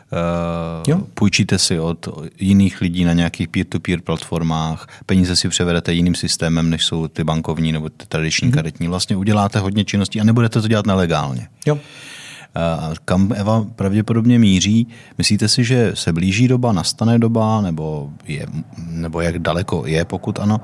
uh, půjčíte si od jiných lidí na nějakých peer-to-peer platformách, peníze si převedete jiným systémem, než jsou ty bankovní nebo ty tradiční mm-hmm. karetní. Vlastně uděláte hodně činností a nebudete to dělat nelegálně. Jo. Kam Eva pravděpodobně míří? Myslíte si, že se blíží doba, nastane doba, nebo, je, nebo jak daleko je, pokud ano,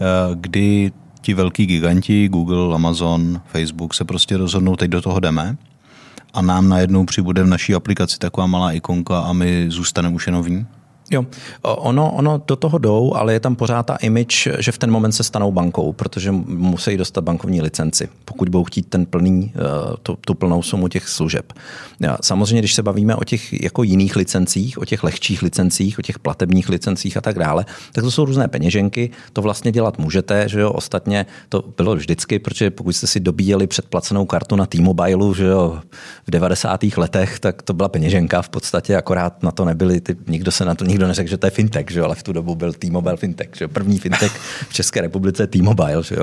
kdy ti velkí giganti, Google, Amazon, Facebook se prostě rozhodnou, teď do toho jdeme a nám najednou přibude v naší aplikaci taková malá ikonka a my zůstaneme už jenom v ní? Jo, ono, ono do toho jdou, ale je tam pořád ta image, že v ten moment se stanou bankou, protože musí dostat bankovní licenci, pokud budou chtít ten plný, tu, tu plnou sumu těch služeb. Samozřejmě, když se bavíme o těch jako jiných licencích, o těch lehčích licencích, o těch platebních licencích a tak dále, tak to jsou různé peněženky, to vlastně dělat můžete, že jo, ostatně to bylo vždycky, protože pokud jste si dobíjeli předplacenou kartu na T-Mobileu, že jo, v devadesátých letech, tak to byla peněženka v podstatě, akorát na to nebyly, ty, nikdo se na to nikdo neřekl, že to je fintech, že jo, ale v tu dobu byl T-Mobile fintech, že jo, první fintech v České republice je T-Mobile, že jo.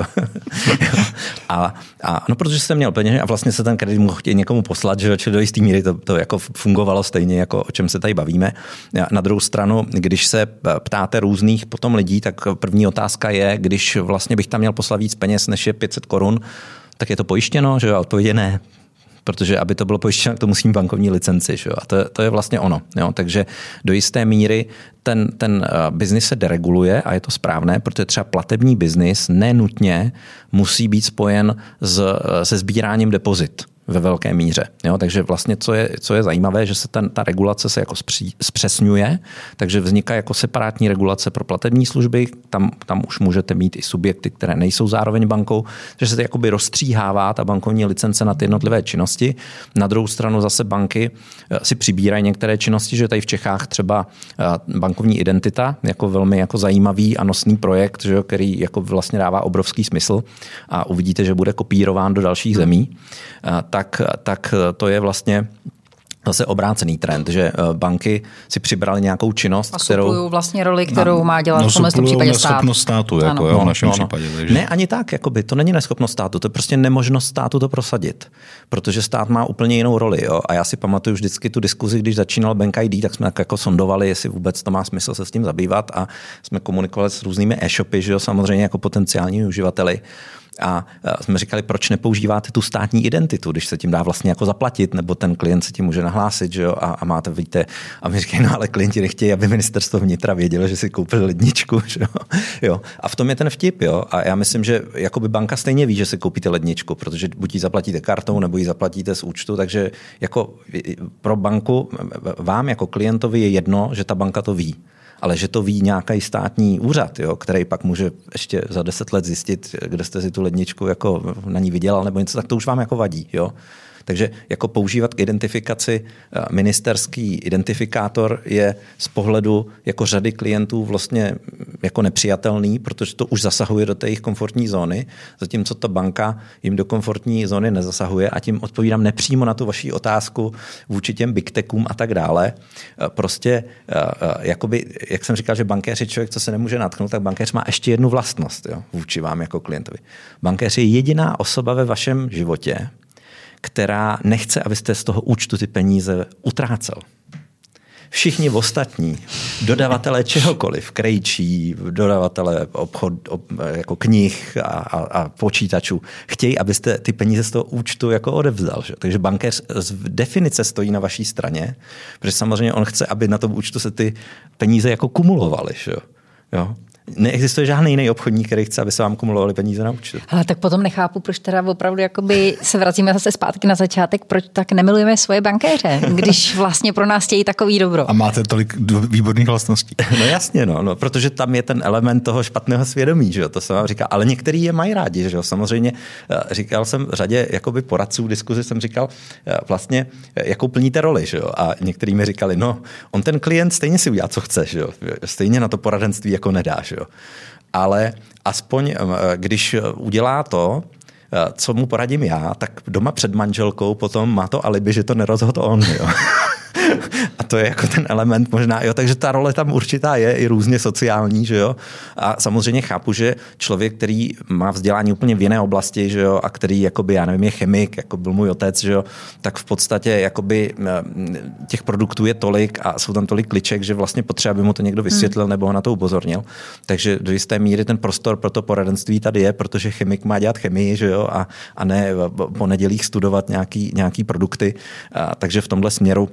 a, a no, protože jsem měl peněženku a vlastně se ten kredit mohl chtět někomu poslat, že jo, čili do jistý míry to, to jako fungovalo stejně, jako o čem se tady bavíme. Na druhou stranu, když se ptáte různých potom lidí, tak první otázka je, když vlastně bych tam měl poslat víc peněz, než je pět set korun, tak je to pojištěno, že jo, odpověď je ne. Protože aby to bylo pojištěno, to musím bankovní licenci. Že jo? A to, to je vlastně ono. Jo? Takže do jisté míry ten, ten biznis se dereguluje a je to správné, protože třeba platební biznis nenutně musí být spojen s, se sbíráním depozit ve velké míře. Jo? Takže vlastně, co je, co je zajímavé, že se ten, ta regulace se jako zpří, zpřesňuje, takže vzniká jako separátní regulace pro platební služby, tam, tam už můžete mít i subjekty, které nejsou zároveň bankou, že se to jakoby rozstříhává ta bankovní licence na ty jednotlivé činnosti. Na druhou stranu zase banky si přibírají některé činnosti, že tady v Čechách třeba bankovní identita, jako velmi jako zajímavý a nosný projekt, že, který jako vlastně dává obrovský smysl a uvidíte, že bude kopírován do dalších zemí. Tak, tak to je vlastně zase obrácený trend, že banky si přibrali nějakou činnost, a kterou... suplují vlastně roli, kterou má dělat no, v tomhle případě stát. neschopnost státu, jako jo, v našem no, no. případě. Takže... Ne, ani tak, jakoby, to není neschopnost státu, to je prostě nemožnost státu to prosadit, protože stát má úplně jinou roli. Jo? A já si pamatuju vždycky tu diskuzi, když začínal Bank I D, tak jsme tak jako sondovali, jestli vůbec to má smysl se s tím zabývat a jsme komunikovali s různými e-shopy, že jo, samozřejmě jako potenciálními uživateli. A jsme říkali, proč nepoužíváte tu státní identitu, když se tím dá vlastně jako zaplatit, nebo ten klient se tím může nahlásit, že jo, a, a máte, víte, a my říkají, no ale klienti nechtějí, aby ministerstvo vnitra vědělo, že si koupili ledničku, že jo. jo. A v tom je ten vtip, jo. A já myslím, že jakoby banka stejně ví, že si koupíte ledničku, protože buď ji zaplatíte kartou, nebo ji zaplatíte z účtu, takže jako pro banku, vám jako klientovi je jedno, že ta banka to ví. Ale že to ví nějaký státní úřad, jo, který pak může ještě za deset let zjistit, kde jste si tu ledničku jako na ní vydělal nebo něco, tak to už vám jako vadí. Jo. Takže jako používat k identifikaci ministerský identifikátor je z pohledu jako řady klientů vlastně jako nepřijatelný, protože to už zasahuje do té jejich komfortní zóny, zatímco ta banka jim do komfortní zóny nezasahuje a tím odpovídám nepřímo na tu vaši otázku vůči těm big techům a tak dále. Prostě, jakoby, jak jsem říkal, že bankéř je člověk, co se nemůže natknout, tak bankéř má ještě jednu vlastnost, jo, vůči vám jako klientovi. Bankéř je jediná osoba ve vašem životě, která nechce, abyste z toho účtu ty peníze utrácel. Všichni ostatní, dodavatelé čehokoliv, krejčí, dodavatelé obchod, ob, jako knih a, a, a počítačů, chtějí, abyste ty peníze z toho účtu jako odevzdal. Že? Takže bankéř z definice stojí na vaší straně, protože samozřejmě on chce, aby na tom účtu se ty peníze jako kumulovaly. Že? Jo? Neexistuje žádný jiný obchodník, který chce, aby se vám kumulovali peníze na účtu. Ale tak potom nechápu, proč teda opravdu jakoby se vracíme zase zpátky na začátek, proč tak nemilujeme svoje bankéře, když vlastně pro nás chtějí takový dobro. A máte tolik výborných vlastností. No jasně, no, no, protože tam je ten element toho špatného svědomí, že jo, to se vám říká, ale některý je mají rádi, že jo, samozřejmě říkal jsem řadě jakoby poradců v diskuzi, jsem říkal vlastně, jakou plníte roli, že jo, a některý mi říkali, no, on ten klient stejně si udělá, co chce, že jo, stejně na to poradenství jako nedá, že jo. Ale aspoň, když udělá to, co mu poradím já, tak doma před manželkou potom má to alibi, že to nerozhodl on. Jo. A to je jako ten element možná, jo, takže ta role tam určitá je i různě sociální, že jo. A samozřejmě chápu, že člověk, který má vzdělání úplně v jiné oblasti, že jo, a který jakoby, já nevím, je chemik, jako byl můj otec, že jo, tak v podstatě jakoby těch produktů je tolik a jsou tam tolik kliček, že vlastně potřeba, aby mu to někdo vysvětlil hmm. nebo ho na to upozornil. Takže do jisté míry ten prostor pro to poradenství tady je, protože chemik má dělat chemii, že jo, a, a ne po nedělích studovat nějaký, nějaký produkty. A, takže v tomhle směru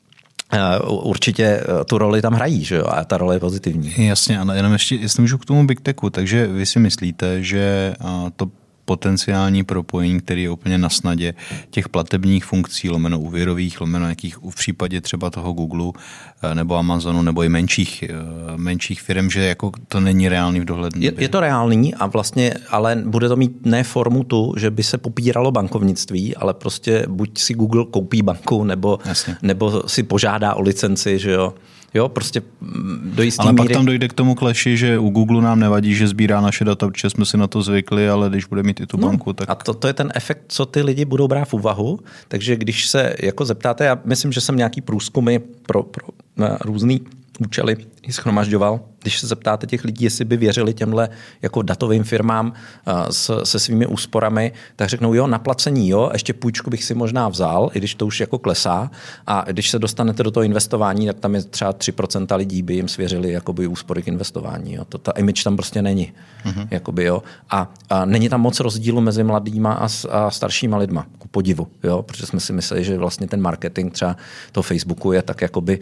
určitě tu roli tam hrají, že jo? A ta role je pozitivní. Jasně, ale jenom ještě, jestli můžu k tomu Big Techu, takže vy si myslíte, že to potenciální propojení, který je úplně na snadě těch platebních funkcí, lomeno úvěrových, lomeno nějakých v případě třeba toho Google nebo Amazonu nebo i menších, menších firm, že jako to není reálný v dohledné je, je to reálný a vlastně, ale bude to mít ne formu tu, že by se popíralo bankovnictví, ale prostě buď si Google koupí banku nebo, nebo si požádá o licenci, že jo. Jo, prostě do jistý ale míry. Pak tam dojde k tomu kleši, že u Google nám nevadí, že sbírá naše data, protože jsme si na to zvykli, ale když bude mít i tu no, banku, tak... A to, to je ten efekt, co ty lidi budou brát v úvahu. Takže když se jako zeptáte, já myslím, že jsem nějaký průzkumy pro, pro různý účely shromažďoval. Když se zeptáte těch lidí, jestli by věřili těmhle jako datovým firmám s, se svými úsporami, tak řeknou jo, na placení jo, ještě půjčku bych si možná vzal, i když to už jako klesá. A když se dostanete do toho investování, tak tam je třeba tři procenta lidí by jim svěřili jakoby úspory k investování. Jo. To, ta image tam prostě není. Mm-hmm. Jakoby, jo. A, a není tam moc rozdílu mezi mladýma a, a staršíma lidma, ku podivu. Jo. Protože jsme si mysleli, že vlastně ten marketing třeba toho Facebooku je tak jakoby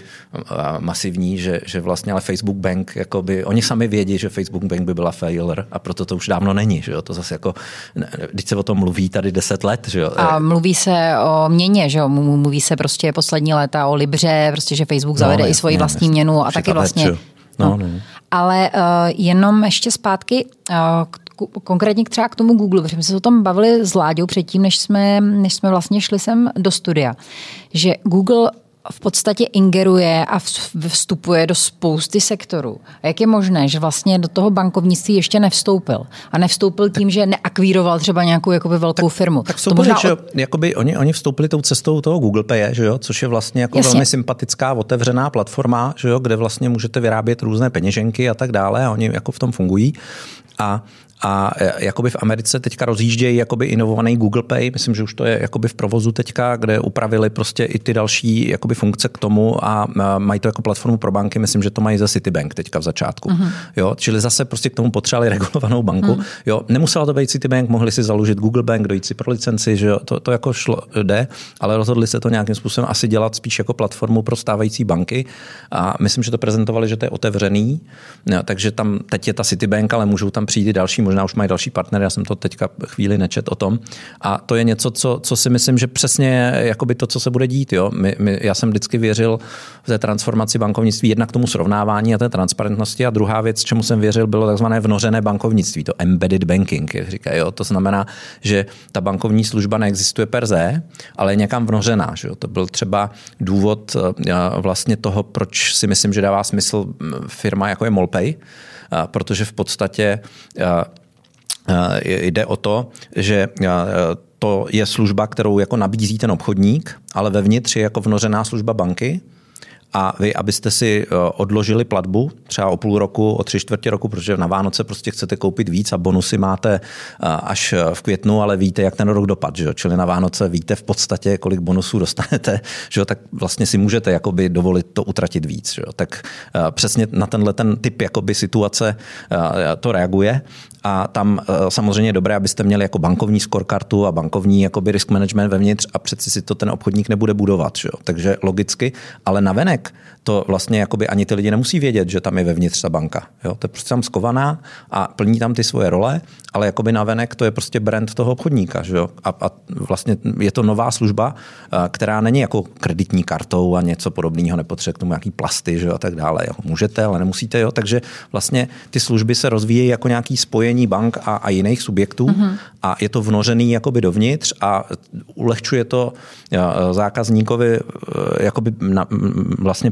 masivní, že, že vlastně ale Facebook Bank, jakoby, oni sami vědí, že Facebook Bank by byla failure a proto to už dávno není. Že jo? To zase jako, když se o tom mluví tady deset let. Že jo? A mluví se o měně, že jo? Mluví se prostě poslední léta o Libře, prostě, že Facebook no, zavede jasně, i svoji vlastní jasně. měnu a taky vlastně... No, no. No. Ale uh, jenom ještě zpátky uh, k, konkrétně třeba k tomu Google, protože jsme se o tom bavili s Láďou předtím, než jsme, než jsme vlastně šli sem do studia, že Google v podstatě ingeruje a vstupuje do spousty sektorů. A jak je možné, že vlastně do toho bankovnictví ještě nevstoupil? A nevstoupil tím, že neakvíroval třeba nějakou jakoby velkou tak, firmu. Tak to možná že od... jakoby oni, oni vstoupili tou cestou toho Google Pay, že jo? Což je vlastně jako velmi sympatická otevřená platforma, že jo? Kde vlastně můžete vyrábět různé peněženky a tak dále a oni jako v tom fungují. A A jakoby v Americe teďka rozjíždějí jakoby inovovaný Google Pay, myslím, že už to je jakoby v provozu teďka, kde upravili prostě i ty další jakoby funkce k tomu a mají to jako platformu pro banky, myslím, že to mají za Citibank teďka v začátku. Mm-hmm. Jo, čili zase prostě k tomu potřebovali regulovanou banku. Mm. Jo, nemusela to být Citibank, mohli si založit Google Bank, dojít si pro licenci, že jo, to, to jako šlo, jde, ale rozhodli se to nějakým způsobem asi dělat spíš jako platformu pro stávající banky a myslím, že to prezentovali, že to je otevřený, no, takže tam teď je ta Citibank, ale můžou tam přijít i další, možná už mají další partnery, já jsem to teďka chvíli nečet o tom. A to je něco, co, co si myslím, že přesně je jakoby to, co se bude dít. Jo? My, my, já jsem vždycky věřil v té transformaci bankovnictví, jednak k tomu srovnávání a té transparentnosti a druhá věc, čemu jsem věřil, bylo takzvané vnořené bankovnictví, to embedded banking, jak říkají. Jo? To znamená, že ta bankovní služba neexistuje per se, ale je někam vnořená. Že jo? To byl třeba důvod vlastně toho, proč si myslím, že dává smysl firma jako je MolPay, protože v podstatě jde o to, že to je služba, kterou jako nabízí ten obchodník, ale vevnitř je jako vnořená služba banky a vy, abyste si odložili platbu třeba o půl roku, o tři čtvrtě roku, protože na Vánoce prostě chcete koupit víc a bonusy máte až v květnu, ale víte, jak ten rok dopad, že jo? Čili na Vánoce víte v podstatě, kolik bonusů dostanete, že jo? Tak vlastně si můžete jakoby dovolit to utratit víc. Že jo? Tak přesně na tenhle ten typ jakoby situace to reaguje. A tam samozřejmě je dobré, abyste měli jako bankovní scorekartu a bankovní jakoby risk management vevnitř a přeci si to ten obchodník nebude budovat. Že jo? Takže logicky, ale navenek to vlastně jakoby ani ty lidi nemusí vědět, že tam je vevnitř ta banka. Jo? To je prostě tam skovaná a plní tam ty svoje role, ale jakoby navenek to je prostě brand toho obchodníka. Že jo? A, a vlastně je to nová služba, která není jako kreditní kartou a něco podobného, nepotřebuje k tomu nějaký plasty, že jo? A tak dále. Jo? Můžete, ale nemusíte. Jo? Takže vlastně ty služby se rozvíjejí jako nějaký spojení bank a, a jiných subjektů mm-hmm. a je to vnořený jakoby dovnitř a ulehčuje to zákazníkovi jakoby na, vlastně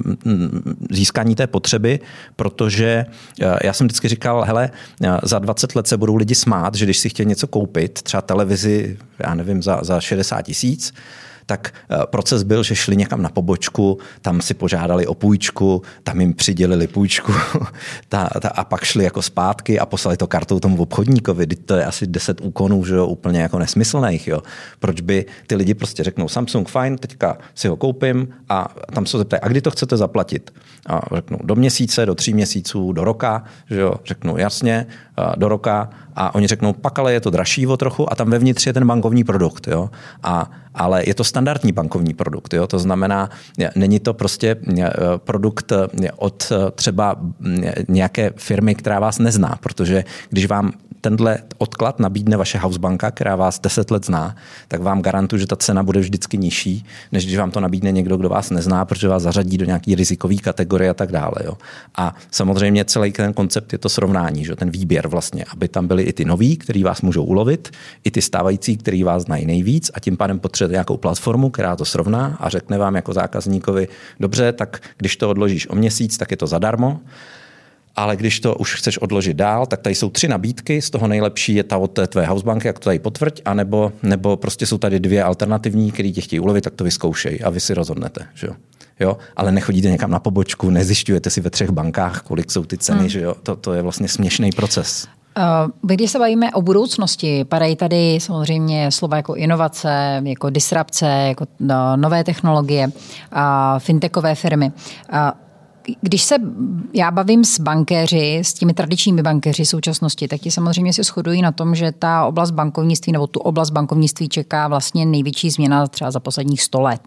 získání té potřeby, protože já jsem vždycky říkal, hele, za dvacet let se budou lidi smát, že když si chtějí něco koupit, třeba televizi, já nevím, za, za šedesát tisíc, tak proces byl, že šli někam na pobočku, tam si požádali o půjčku, tam jim přidělili půjčku ta, ta, a pak šli jako zpátky a poslali to kartou tomu obchodníkovi. To je asi deset úkonů, že jo, úplně jako nesmyslných. Jo. Proč by ty lidi prostě řeknou Samsung, fajn, teďka si ho koupím a tam se zeptají, a kdy to chcete zaplatit? A řeknou do měsíce, do tří měsíců, do roka, že jo, řeknou jasně, do roka a oni řeknou, pak ale je to dražší o trochu a tam vevnitř je ten bankovní produkt. Jo. A, ale je to standardní bankovní produkt. Jo. To znamená, není to prostě produkt od třeba nějaké firmy, která vás nezná, protože když vám tenhle odklad nabídne vaše housebanka, která vás deset let zná, tak vám garantuju, že ta cena bude vždycky nižší, než když vám to nabídne někdo, kdo vás nezná, protože vás zařadí do nějaký rizikový kategorie a tak dále. Jo. A samozřejmě celý ten koncept je to srovnání, že ten výběr vlastně, aby tam byli i ty noví, který vás můžou ulovit, i ty stávající, který vás znají nejvíc a tím pádem potřebujete nějakou platformu, která to srovná a řekne vám jako zákazníkovi, dobře, tak když to odložíš o měsíc, tak je to zadarmo. Ale když to už chceš odložit dál, tak tady jsou tři nabídky, z toho nejlepší je ta od té tvé housebanky, jak to tady potvrď, anebo, nebo prostě jsou tady dvě alternativní, které tě chtějí ulovit, tak to vyzkoušej a vy si rozhodnete. Že jo? Jo? Ale nechodíte někam na pobočku, nezjišťujete si ve třech bankách, kolik jsou ty ceny, hmm. že jo? To, to je vlastně směšný proces. Uh, když se bavíme o budoucnosti, padají tady samozřejmě slova jako inovace, jako disrupce, jako no, nové technologie, uh, fintechové firmy. Uh, Když se já bavím s bankéři, s těmi tradičními bankéři současnosti, tak ti samozřejmě se shodují na tom, že ta oblast bankovnictví nebo tu oblast bankovnictví čeká vlastně největší změna třeba za posledních sto let.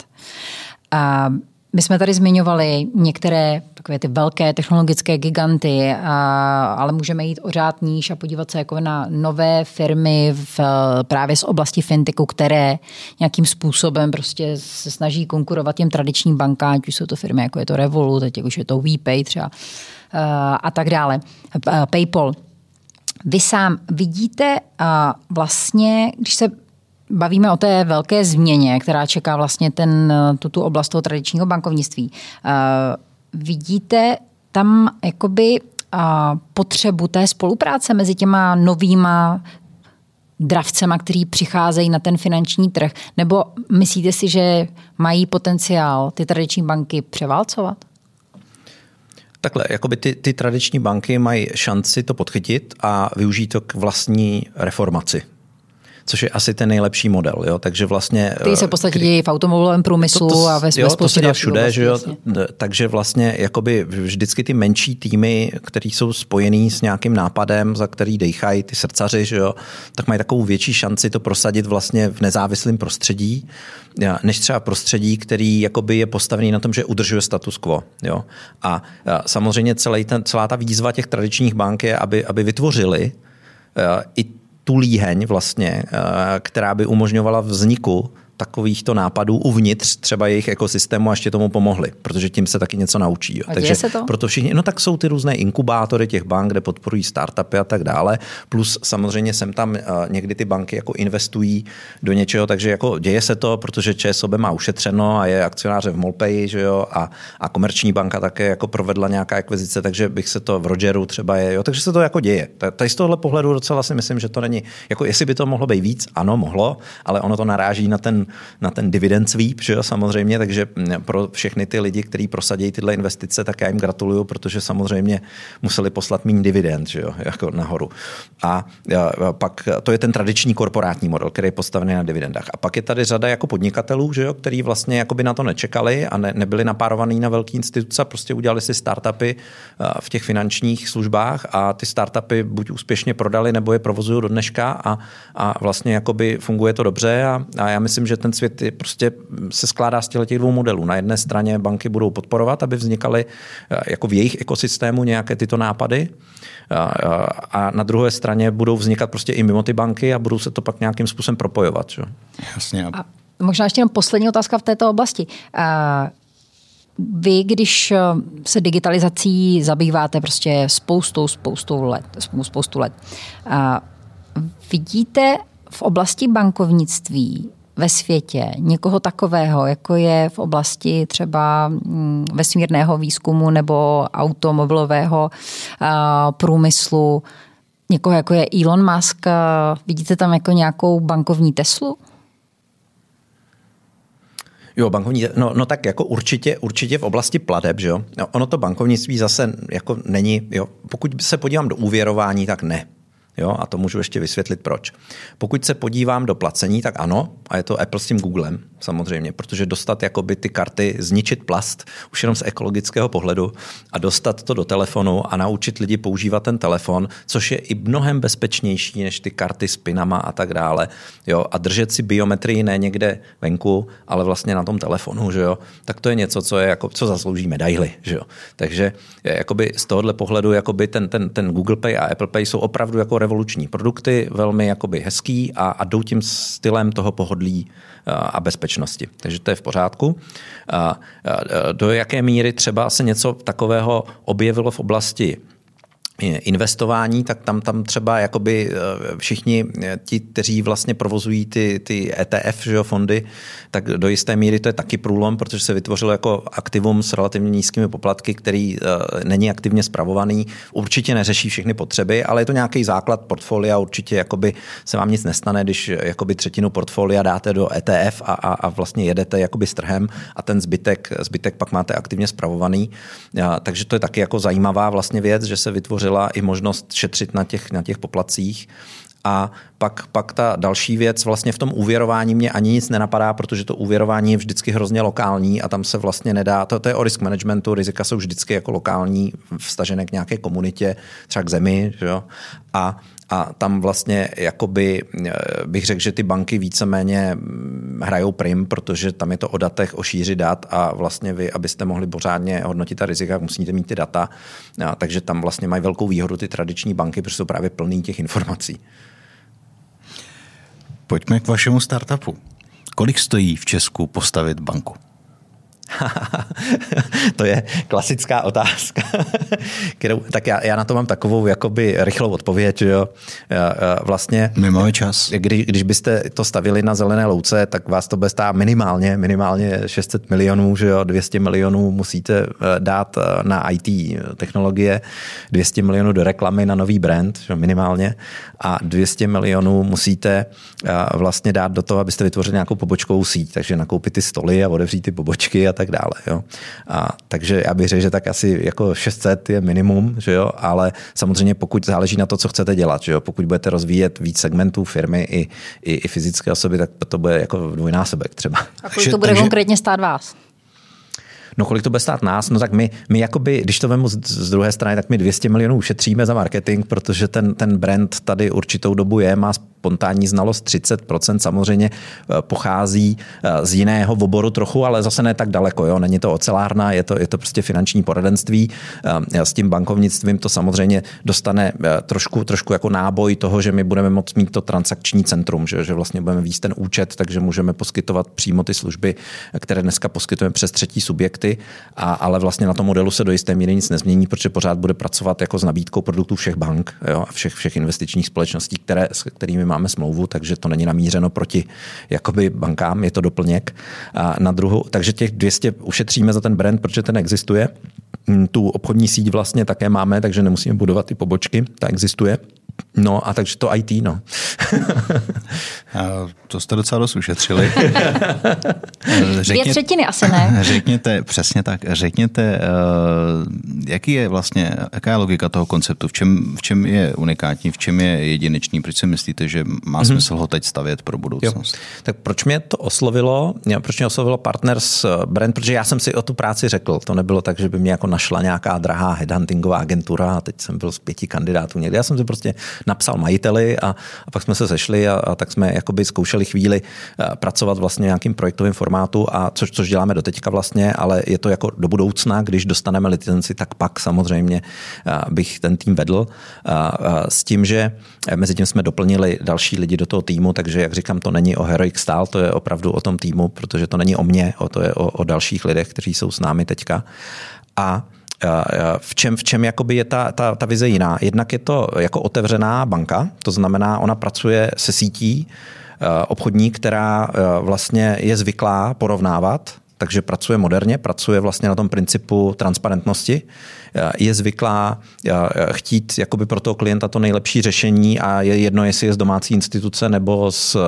A my jsme tady zmiňovali některé takové ty velké technologické giganty, a, ale můžeme jít o řád níž a podívat se jako na nové firmy v, právě z oblasti fintechu, které nějakým způsobem prostě se snaží konkurovat těm tradičním bankám, ať už jsou to firmy, jako je to Revolut, teď už je to WePay třeba a tak dále, PayPal. Vy sám vidíte vlastně, když se bavíme o té velké změně, která čeká vlastně ten, tu, tu oblast toho tradičního bankovnictví. Uh, vidíte tam jakoby uh, potřebu té spolupráce mezi těma novýma dravcema, který přicházejí na ten finanční trh? Nebo myslíte si, že mají potenciál ty tradiční banky převálcovat? Takhle, jakoby ty, ty tradiční banky mají šanci to podchytit a využít to k vlastní reformaci. Což je asi ten nejlepší model. Jo? Takže vlastně, ty se v podstatě dějí v automobilovém průmyslu to, to, a ve jo, to se děje všude. Vlastně, že jo? Takže vlastně jakoby vždycky ty menší týmy, které jsou spojený s nějakým nápadem, za který dejchají ty srdcaři, že jo? Tak mají takovou větší šanci to prosadit vlastně v nezávislém prostředí, než třeba prostředí, který jakoby je postavený na tom, že udržuje status quo. Jo? A samozřejmě celý ten, celá ta výzva těch tradičních bank je, aby, aby vytvořili i tu líheň vlastně, která by umožňovala vzniku takovýchto nápadů uvnitř třeba jejich ekosystému a ještě tomu pomohli, protože tím se taky něco naučí. Jo. A takže se to? Proto všichni, no tak jsou ty různé inkubátory těch bank, kde podporují startupy a tak dále, plus samozřejmě sem tam uh, někdy ty banky jako investují do něčeho, takže jako děje se to, protože ČSOB má ušetřeno a je akcionářem v Molpeji, že jo, a, a Komerční banka také jako provedla nějaká akvizice, takže bych se to v Rogeru třeba je, jo, takže se to jako děje. Tady z tohohle pohledu docela si myslím, že to není, jako jestli by to mohlo být víc, ano, mohlo, ale ono to naráží na ten ten, na ten dividend sweep, že jo, samozřejmě, takže pro všechny ty lidi, kteří prosadí tyhle investice, tak já jim gratuluju, protože samozřejmě museli poslat méně dividend, že jo, jako nahoru. A pak to je ten tradiční korporátní model, který je postavený na dividendách. A pak je tady řada jako podnikatelů, že jo, který vlastně jakoby na to nečekali a ne, nebyli napárovaný na velké instituce, prostě udělali si startupy v těch finančních službách a ty startupy buď úspěšně prodali, nebo je provozují do dneška a, a vlastně jakoby funguje to dobře a, a já myslím, že ten svět je prostě se skládá z těch dvou modelů. Na jedné straně banky budou podporovat, aby vznikaly jako v jejich ekosystému nějaké tyto nápady a, a na druhé straně budou vznikat prostě i mimo ty banky a budou se to pak nějakým způsobem propojovat. Že? Jasně. A možná ještě jenom poslední otázka v této oblasti. Vy, když se digitalizací zabýváte prostě spoustou, spoustou let, spoustu let, vidíte v oblasti bankovnictví ve světě někoho takového, jako je v oblasti třeba vesmírného výzkumu nebo automobilového průmyslu, někoho jako je Elon Musk, vidíte tam jako nějakou bankovní Teslu? Jo, bankovní, no, no tak jako určitě, určitě v oblasti plateb, že jo. No, ono to bankovnictví zase jako není, jo. Pokud se podívám do úvěrování, tak ne. Jo, a to můžu ještě vysvětlit proč. Pokud se podívám do placení, tak ano, a je to Apple s tím Googlem samozřejmě, protože dostat jakoby ty karty, zničit plast už jenom z ekologického pohledu a dostat to do telefonu a naučit lidi používat ten telefon, což je i mnohem bezpečnější než ty karty s pinama a tak dále. Jo, a držet si biometrii ne někde venku, ale vlastně na tom telefonu, že jo, tak to je něco, co je jako, co zaslouží medaily, že jo. Takže jakoby z tohohle pohledu jakoby ten, ten, ten Google Pay a Apple Pay jsou opravdu jako revoluční produkty, velmi jakoby hezký a, a jdou tím stylem toho pohodlí a bezpečnosti. Takže to je v pořádku. A, a, do jaké míry třeba se něco takového objevilo v oblasti investování, tak tam, tam třeba jakoby všichni ti, kteří vlastně provozují ty, ty E T F, že jo, fondy, tak do jisté míry to je taky průlom, protože se vytvořilo jako aktivum s relativně nízkými poplatky, který uh, není aktivně spravovaný, určitě neřeší všechny potřeby, ale je to nějaký základ portfolia, určitě jakoby se vám nic nestane, když jakoby třetinu portfolia dáte do E T F a, a, a vlastně jedete jakoby s trhem a ten zbytek, zbytek pak máte aktivně spravovaný. Ja, takže to je taky jako zajímavá vlastně věc, že se vytvořila i možnost šetřit na těch, na těch poplatcích. A pak, pak ta další věc, vlastně v tom úvěrování mě ani nic nenapadá, protože to úvěrování je vždycky hrozně lokální a tam se vlastně nedá, to, to je o risk managementu, rizika jsou vždycky jako lokální, vztažené k nějaké komunitě, třeba k zemi, že jo? A A tam vlastně jakoby bych řekl, že ty banky víceméně hrajou prim, protože tam je to o datech, o šíři dat a vlastně vy, abyste mohli pořádně hodnotit ta rizika, musíte mít ty data. A takže tam vlastně mají velkou výhodu ty tradiční banky, protože jsou právě plný těch informací. Pojďme k vašemu startupu. Kolik stojí v Česku postavit banku? To je klasická otázka, kterou, tak já, já na to mám takovou jakoby rychlou odpověď. Jo. Vlastně, my máme čas. Kdy, když byste to stavili na zelené louce, tak vás to bude stát minimálně, minimálně šest set milionů, že jo, dvě stě milionů musíte dát na í té technologie, dvě stě milionů do reklamy na nový brand, že minimálně, a dvě stě milionů musíte vlastně dát do toho, abyste vytvořili nějakou pobočkovou síť, takže nakoupit ty stoly a otevřít ty pobočky a tak dále. Jo. A, takže já bych řekl, že tak asi jako šest set je minimum, že jo, ale samozřejmě pokud záleží na to, co chcete dělat, že jo, pokud budete rozvíjet víc segmentů firmy i, i, i fyzické osoby, tak to bude jako dvojnásobek třeba. A kolik to bude takže konkrétně stát vás? No kolik to bude stát nás? No tak my, my jakoby, když to vemu z, z druhé strany, tak my dvě stě milionů ušetříme za marketing, protože ten, ten brand tady určitou dobu je, má spontánní znalost třicet procent, samozřejmě pochází z jiného oboru trochu, ale zase ne tak daleko. Jo? Není to ocelárna, je to, je to prostě finanční poradenství. S tím bankovnictvím to samozřejmě dostane trošku, trošku jako náboj toho, že my budeme moct mít to transakční centrum, že, že vlastně budeme vést ten účet, takže můžeme poskytovat přímo ty služby, které dneska poskytujeme přes třetí subjekty, a, ale vlastně na tom modelu se do jisté míry nic nezmění, protože pořád bude pracovat jako s nabídkou produktů všech bank, jo? A všech, všech investičních společností, které, s kterými máme smlouvu, takže to není namířeno proti jakoby bankám, je to doplněk. A na druhou, takže těch dvě stě ušetříme za ten brand, protože ten existuje. Tu obchodní síť vlastně také máme, takže nemusíme budovat ty pobočky, ta existuje. No a takže to í té, no. To jste docela dost ušetřili. Dvě třetiny asi ne. Řekněte, přesně tak, řekněte, jaký je vlastně, jaká je logika toho konceptu, v čem, v čem je unikátní, v čem je jedinečný, proč si myslíte, že má mm-hmm. smysl ho teď stavět pro budoucnost? Jo. Tak proč mě to oslovilo, proč mě oslovilo Partners brand, protože já jsem si o tu práci řekl, to nebylo tak, že by mě jako našla nějaká drahá headhuntingová agentura a teď jsem byl z pěti kandidátů někde, já jsem si prostě napsal majiteli a, a pak jsme se sešli a, a tak jsme jakoby zkoušeli chvíli pracovat vlastně v nějakým projektovém formátu, a což, což děláme doteďka vlastně, ale je to jako do budoucna, když dostaneme licenci, tak pak samozřejmě bych ten tým vedl s tím, že mezi tím jsme doplnili další lidi do toho týmu, takže jak říkám, to není o Heroic Stál, to je opravdu o tom týmu, protože to není o mně, o to je o, o dalších lidech, kteří jsou s námi teďka. A v čem, v čem jakoby je ta, ta, ta vize jiná? Jednak je to jako otevřená banka, to znamená, ona pracuje se sítí obchodní, která vlastně je zvyklá porovnávat, takže pracuje moderně, pracuje vlastně na tom principu transparentnosti, je zvyklá chtít jakoby pro toho klienta to nejlepší řešení a je jedno, jestli je z domácí instituce nebo z,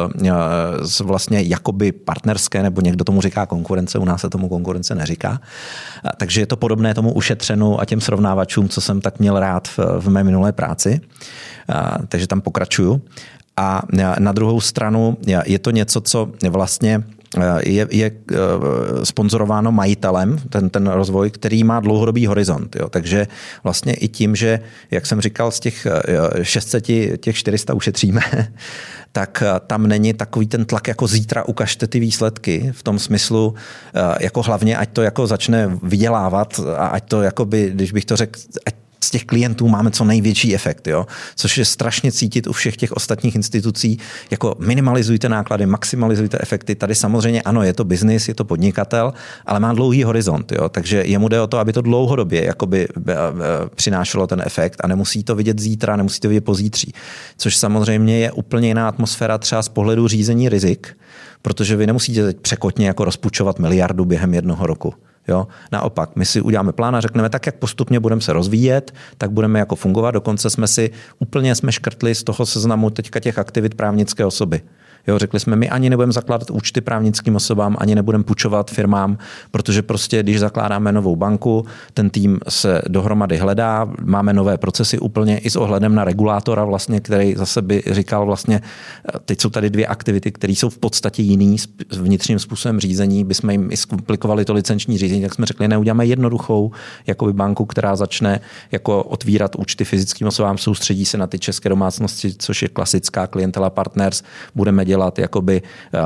z vlastně jakoby partnerské, nebo někdo tomu říká konkurence, u nás se tomu konkurence neříká. Takže je to podobné tomu ušetřenu a těm srovnávačům, co jsem tak měl rád v, v mé minulé práci. Takže tam pokračuju. A na druhou stranu je to něco, co vlastně je, je sponzorováno majitelem, ten, ten rozvoj, který má dlouhodobý horizont. Jo. Takže vlastně i tím, že, jak jsem říkal, z těch šest set, těch čtyři sta ušetříme, tak tam není takový ten tlak, jako zítra ukažte ty výsledky, v tom smyslu, jako hlavně, ať to jako začne vydělávat a ať to, jakoby, když bych to řekl, ať z těch klientů máme co největší efekt, jo? Což je strašně cítit u všech těch ostatních institucí, jako minimalizujte náklady, maximalizujte efekty. Tady samozřejmě ano, je to biznis, je to podnikatel, ale má dlouhý horizont, jo? Takže jemu jde o to, aby to dlouhodobě jakoby přinášelo ten efekt a nemusí to vidět zítra, nemusí to vidět pozítří. Což samozřejmě je úplně jiná atmosféra třeba z pohledu řízení rizik, protože vy nemusíte teď překotně jako rozpučovat miliardu během jednoho roku. Jo? Naopak, my si uděláme plán a řekneme, tak jak postupně budeme se rozvíjet, tak budeme jako fungovat. Dokonce jsme si úplně jsme škrtli z toho seznamu teďka těch aktivit právnické osoby. Jo, řekli jsme, my ani nebudeme zakládat účty právnickým osobám, ani nebudeme půjčovat firmám, protože prostě, když zakládáme novou banku, ten tým se dohromady hledá, máme nové procesy úplně i s ohledem na regulátora, vlastně, který zase by říkal vlastně, teď jsou tady dvě aktivity, které jsou v podstatě jiný s vnitřním způsobem řízení, bychom jim i zkomplikovali to licenční řízení, tak jsme řekli, neuděláme jednoduchou jakoby banku, která začne jako otvírat účty fyzickým osobám, soustředí se na ty české domácnosti, což je klasická klientela Partners, budeme dělat jakoby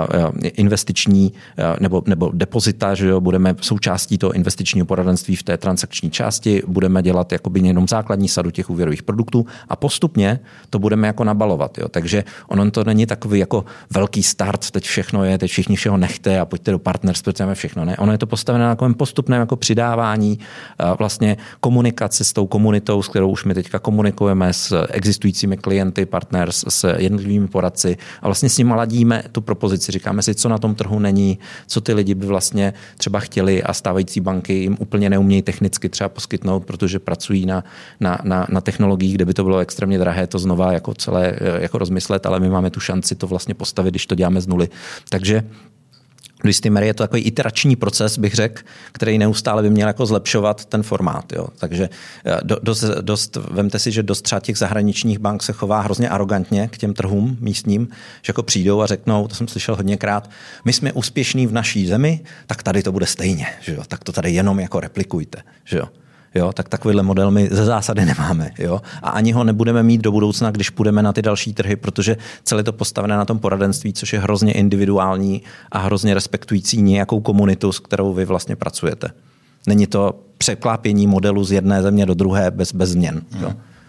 investiční nebo, nebo depozita, že jo, budeme součástí toho investičního poradenství v té transakční části, budeme dělat jakoby jenom základní sadu těch úvěrových produktů a postupně to budeme jako nabalovat. Jo. Takže ono to není takový jako velký start, teď všechno je, teď všichni všeho nechte a pojďte do Partners, protože všechno ne. Ono je to postavené na takovém postupném jako přidávání vlastně komunikace s tou komunitou, s kterou už my teďka komunikujeme s existujícími klienty Partners, s jednotlivými poradci a vlastně s nimi ladíme tu propozici. Říkáme si, co na tom trhu není, co ty lidi by vlastně třeba chtěli a stávající banky jim úplně neumějí technicky třeba poskytnout, protože pracují na, na, na, na technologiích, kde by to bylo extrémně drahé, to znova jako celé jako rozmyslet, ale my máme tu šanci to vlastně postavit, když to děláme z nuly. Takže do jisté míry je to takový iterační proces, bych řekl, který neustále by měl jako zlepšovat ten formát. Jo. Takže dost, dost, vemte si, že dost třeba těch zahraničních bank se chová hrozně arrogantně k těm trhům místním, že jako přijdou a řeknou, to jsem slyšel hodněkrát, my jsme úspěšní v naší zemi, tak tady to bude stejně. Že jo. Tak to tady jenom jako replikujte. Že jo. Jo, tak takovýhle model my ze zásady nemáme. Jo? A ani ho nebudeme mít do budoucna, když půjdeme na ty další trhy, protože celé to postavené na tom poradenství, což je hrozně individuální a hrozně respektující nějakou komunitu, s kterou vy vlastně pracujete. Není to překlápění modelu z jedné země do druhé bez, bez změn. Jo?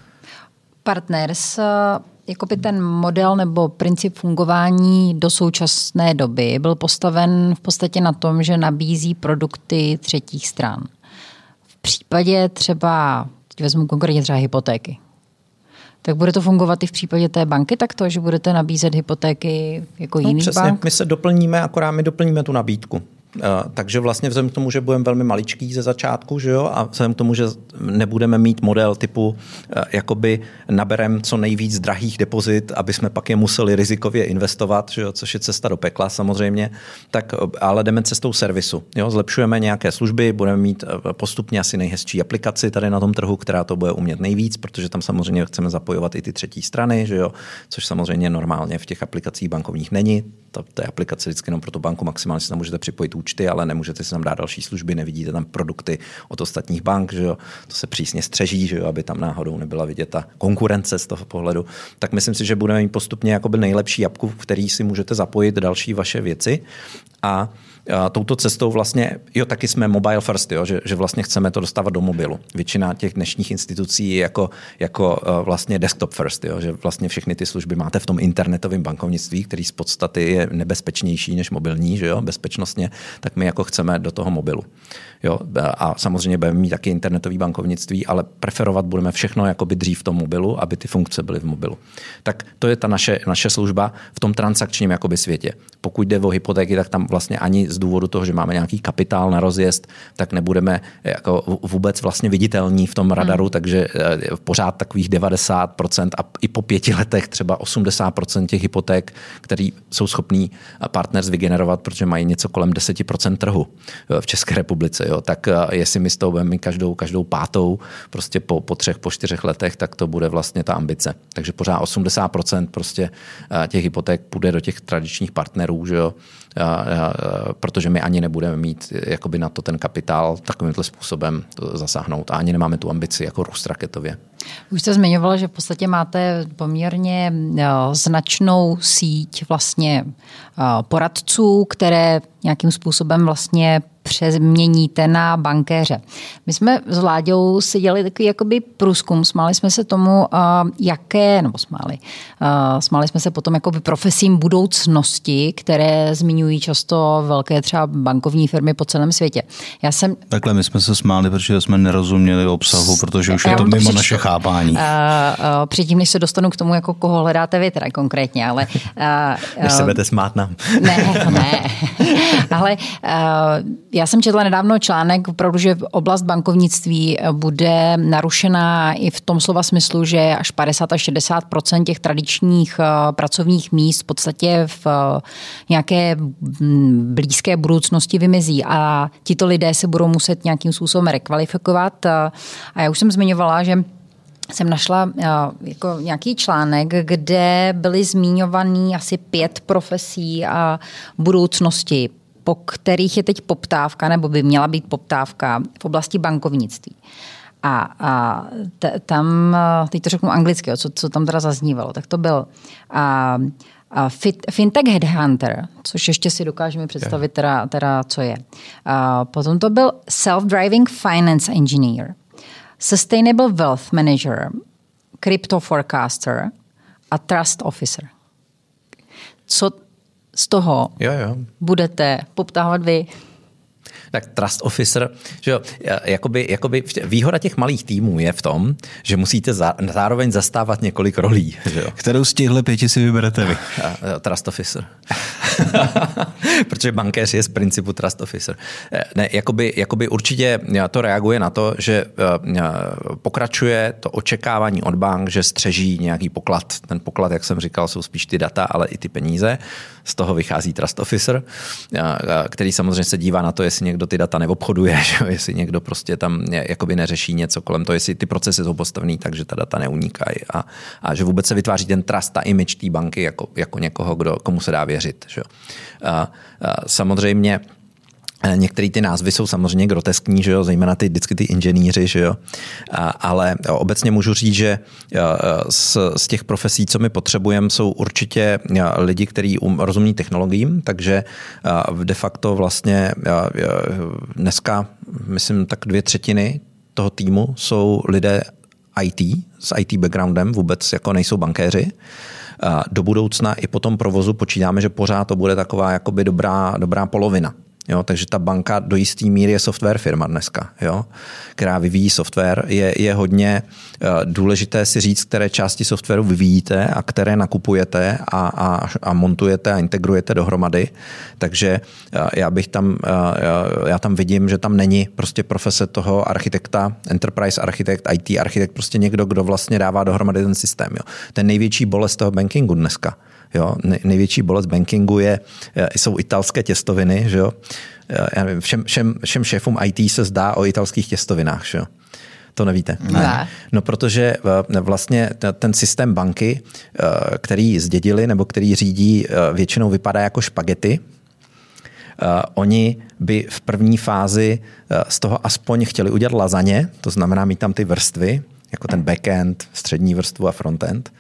Partners, jakoby ten model nebo princip fungování do současné doby byl postaven v podstatě na tom, že nabízí produkty třetích stran. V případě třeba, teď vezmu konkrétně třeba hypotéky, tak bude to fungovat i v případě té banky takto, že budete nabízet hypotéky jako no, jiný přesně. bank? My se doplníme, akorát my doplníme tu nabídku. Takže vlastně vzhledem k tomu, že budeme velmi maličký ze začátku, že jo, a vzhledem k tomu, že nebudeme mít model typu jakoby naberem co nejvíc drahých depozit, aby jsme pak je museli rizikově investovat, že jo, což je cesta do pekla samozřejmě, tak ale jdeme cestou servisu. Jo, zlepšujeme nějaké služby, budeme mít postupně asi nejhezčí aplikaci tady na tom trhu, která to bude umět nejvíc, protože tam samozřejmě chceme zapojovat i ty třetí strany, že jo, což samozřejmě normálně v těch aplikacích bankovních není. To, to je aplikace vždycky jenom pro tu banku, maximálně si tam můžete připojit účty, ale nemůžete si tam dát další služby, nevidíte tam produkty od ostatních bank, že jo? To se přísně střeží, že jo? Aby tam náhodou nebyla vidět ta konkurence z toho pohledu. Tak myslím si, že budeme mít postupně jakoby nejlepší apku, v který si můžete zapojit další vaše věci a A touto cestou vlastně, jo, taky jsme mobile first, jo, že, že vlastně chceme to dostávat do mobilu. Většina těch dnešních institucí je jako, jako vlastně desktop first, jo, že vlastně všechny ty služby máte v tom internetovém bankovnictví, který z podstaty je nebezpečnější než mobilní, že jo, bezpečnostně, tak my jako chceme do toho mobilu. Jo, a samozřejmě budeme mít taky internetové bankovnictví, ale preferovat budeme všechno jakoby dřív v tom mobilu, aby ty funkce byly v mobilu. Tak to je ta naše, naše služba v tom transakčním jakoby světě. Pokud jde o hypotéky, tak tam vlastně ani z důvodu toho, že máme nějaký kapitál na rozjezd, tak nebudeme jako vůbec vlastně viditelní v tom radaru, hmm. takže pořád takových devadesát procent a i po pěti letech třeba osmdesát procent těch hypoték, který jsou schopní partners vygenerovat, protože mají něco kolem deset procent trhu v České republice. Jo. Tak jestli my s tou budeme každou, každou pátou prostě po, po třech, po čtyřech letech, tak to bude vlastně ta ambice. Takže pořád osmdesát procent prostě těch hypoték půjde do těch tradičních partnerů, že jo. A, a, protože my ani nebudeme mít jakoby na to ten kapitál takovýmhle způsobem to zasáhnout a ani nemáme tu ambici jako růst raketově. Už jste zmiňovala, že v podstatě máte poměrně značnou síť vlastně poradců, které nějakým způsobem vlastně přeměníte na bankéře. My jsme s Láďou si dělali takový jakoby průzkum, smáli jsme se tomu, jaké, nebo smáli, smáli jsme se potom jakoby profesím budoucnosti, které zmiňují často velké třeba bankovní firmy po celém světě. Já jsem... Takhle my jsme se smáli, protože jsme nerozuměli obsahu, protože už je to mimo naše chápání. Předtím, než se dostanu k tomu, jako koho hledáte vy teda konkrétně, ale... Než se budete smát nám. Ne, ne. Ale já jsem četla nedávno článek, opravdu, že oblast bankovnictví bude narušená i v tom slova smyslu, že až padesát až šedesát procent těch tradičních pracovních míst v podstatě v nějaké blízké budoucnosti vymizí a tito lidé se budou muset nějakým způsobem rekvalifikovat. A já už jsem zmiňovala, že jsem našla jako nějaký článek, kde byly zmiňovaný asi pět profesí a budoucnosti, po kterých je teď poptávka, nebo by měla být poptávka v oblasti bankovnictví. A, a t, tam, teď to řeknu anglicky, co, co tam teda zaznívalo, tak to byl a, a fit, fintech headhunter, což ještě si dokážeme představit, teda, teda co je. A potom to byl self-driving finance engineer, sustainable wealth manager, crypto forecaster a trust officer. Co z toho jo, jo. budete poptávat vy? Tak trust officer, že jo, jakoby, jakoby výhoda těch malých týmů je v tom, že musíte zá, zároveň zastávat několik rolí. Že jo. Kterou z těchto pěti si vyberete vy? Trust officer. Protože bankéř je z principu trust officer. Ne, jakoby, jakoby určitě to reaguje na to, že pokračuje to očekávání od bank, že střeží nějaký poklad. Ten poklad, jak jsem říkal, jsou spíš ty data, ale i ty peníze. Z toho vychází trust officer, který samozřejmě se dívá na to, jestli někdo ty data neobchoduje, že? Jestli někdo prostě tam jakoby neřeší něco kolem toho, jestli ty procesy jsou postavený tak, že ta data neunikají a, a že vůbec se vytváří ten trust, ta image té banky jako, jako někoho, kdo, komu se dá věřit. Že? A, a samozřejmě některé ty názvy jsou samozřejmě groteskní, že jo, zejména ty, vždycky ty inženýři, že jo. A, ale obecně můžu říct, že z, z těch profesí, co my potřebujeme, jsou určitě lidi, kteří um, rozumí technologiím, takže de facto vlastně dneska, myslím, tak dvě třetiny toho týmu jsou lidé í té, s í té backgroundem, vůbec jako nejsou bankéři. Do budoucna i po tom provozu počítáme, že pořád to bude taková jakoby dobrá, dobrá polovina. Jo, takže ta banka do jistý míry je software firma dneska, jo, která vyvíjí software. Je, je hodně uh, důležité si říct, které části softwaru vyvíjíte a které nakupujete a, a, a montujete a integrujete dohromady. Takže uh, já bych tam, uh, já tam vidím, že tam není prostě profese toho architekta, enterprise architekt, í té architekt, prostě někdo, kdo vlastně dává dohromady ten systém. Jo. Ten největší bolest toho bankingu dneska. Jo, největší bolest bankingu je, jsou italské těstoviny. Že jo? Já nevím, všem, všem, všem šéfům í té se zdá o italských těstovinách. Že jo? To nevíte? Ne. No, protože vlastně ten systém banky, který zdědili nebo který řídí, většinou vypadá jako špagety. Oni by v první fázi z toho aspoň chtěli udělat lazaně, to znamená mít tam ty vrstvy, jako ten backend, střední vrstvu a frontend.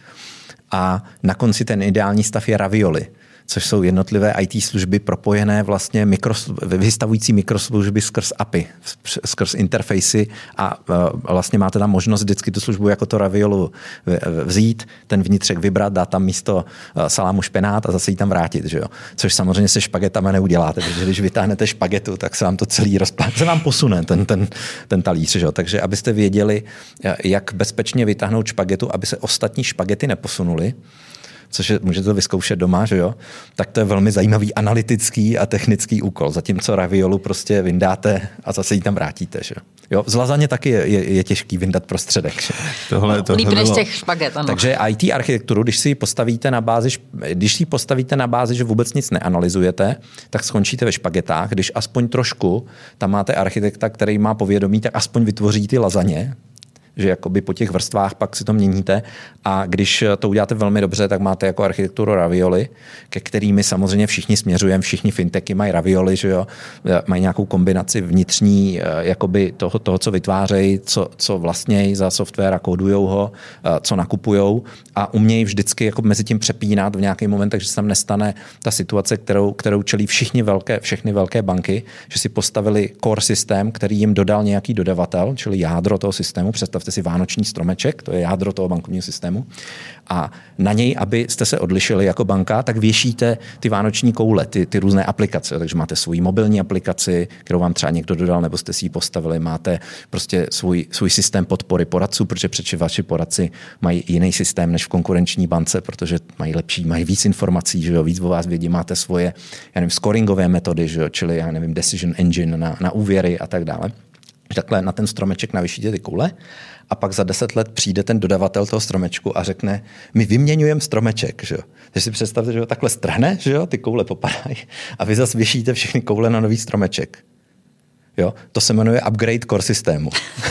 A na konci ten ideální stav je ravioli, což jsou jednotlivé í té služby propojené vlastně mikro, vystavující mikroslužby skrz A P I, skrz interfejsy a vlastně máte tam možnost vždycky tu službu jako to raviolu vzít, ten vnitřek vybrat, dát tam místo salámu špenát a zase ji tam vrátit. Že jo? Což samozřejmě se špagetama neuděláte, protože když vytáhnete špagetu, tak se vám to celý rozpadne, se vám posune ten, ten, ten talíř. Že jo? Takže abyste věděli, jak bezpečně vytáhnout špagetu, aby se ostatní špagety neposunuly, což je, můžete to vyzkoušet doma, že jo? Tak to je velmi zajímavý analytický a technický úkol. Zatímco raviolu prostě vyndáte a zase ji tam vrátíte. Že jo? Z lazaně taky je, je, je těžký vyndat prostředek. Že? Tohle, tohle Líp než bylo... těch špaget, ano. Takže í té architekturu, když si ji postavíte na bázi, když si ji postavíte na bázi, že vůbec nic neanalyzujete, tak skončíte ve špagetách. Když aspoň trošku tam máte architekta, který má povědomí, tak aspoň vytvoří ty lazaně, že jakoby po těch vrstvách pak si to měníte a když to uděláte velmi dobře, tak máte jako architekturu ravioli, ke kterými samozřejmě všichni směřujeme, všichni fintechy mají ravioli, že jo, mají nějakou kombinaci vnitřní jakoby toho, toho co vytvářejí, co, co vlastnějí za software a kódujou ho, co nakupujou a umějí vždycky jako mezi tím přepínat v nějaký moment, takže se tam nestane ta situace, kterou, kterou čelí všichni velké, všechny velké banky, že si postavili core systém, který jim dodal nějaký dodavatel, čili jádro toho systému. Představte si vánoční stromeček, to je jádro toho bankovního systému. A na něj, abyste se odlišili jako banka, tak věšíte ty vánoční koule, ty, ty různé aplikace. Takže máte svou mobilní aplikaci, kterou vám třeba někdo dodal, nebo jste si ji postavili. Máte prostě svůj, svůj systém podpory poradců, protože přeči vaši poradci mají jiný systém než v konkurenční bance, protože mají lepší, mají víc informací, že jo, víc o vás vědí, máte svoje, já nevím, scoringové metody, že jo, čili já nevím, decision engine na, na úvěry a tak dále. Takhle na ten stromeček navyšíte ty koule a pak za deset let přijde ten dodavatel toho stromečku a řekne, my vyměňujeme stromeček. Že jo? Takže si představte, že ho takhle strhne, že jo? Ty koule popadají a vy zase vyšíte všechny koule na nový stromeček. Jo? To se jmenuje upgrade core systému.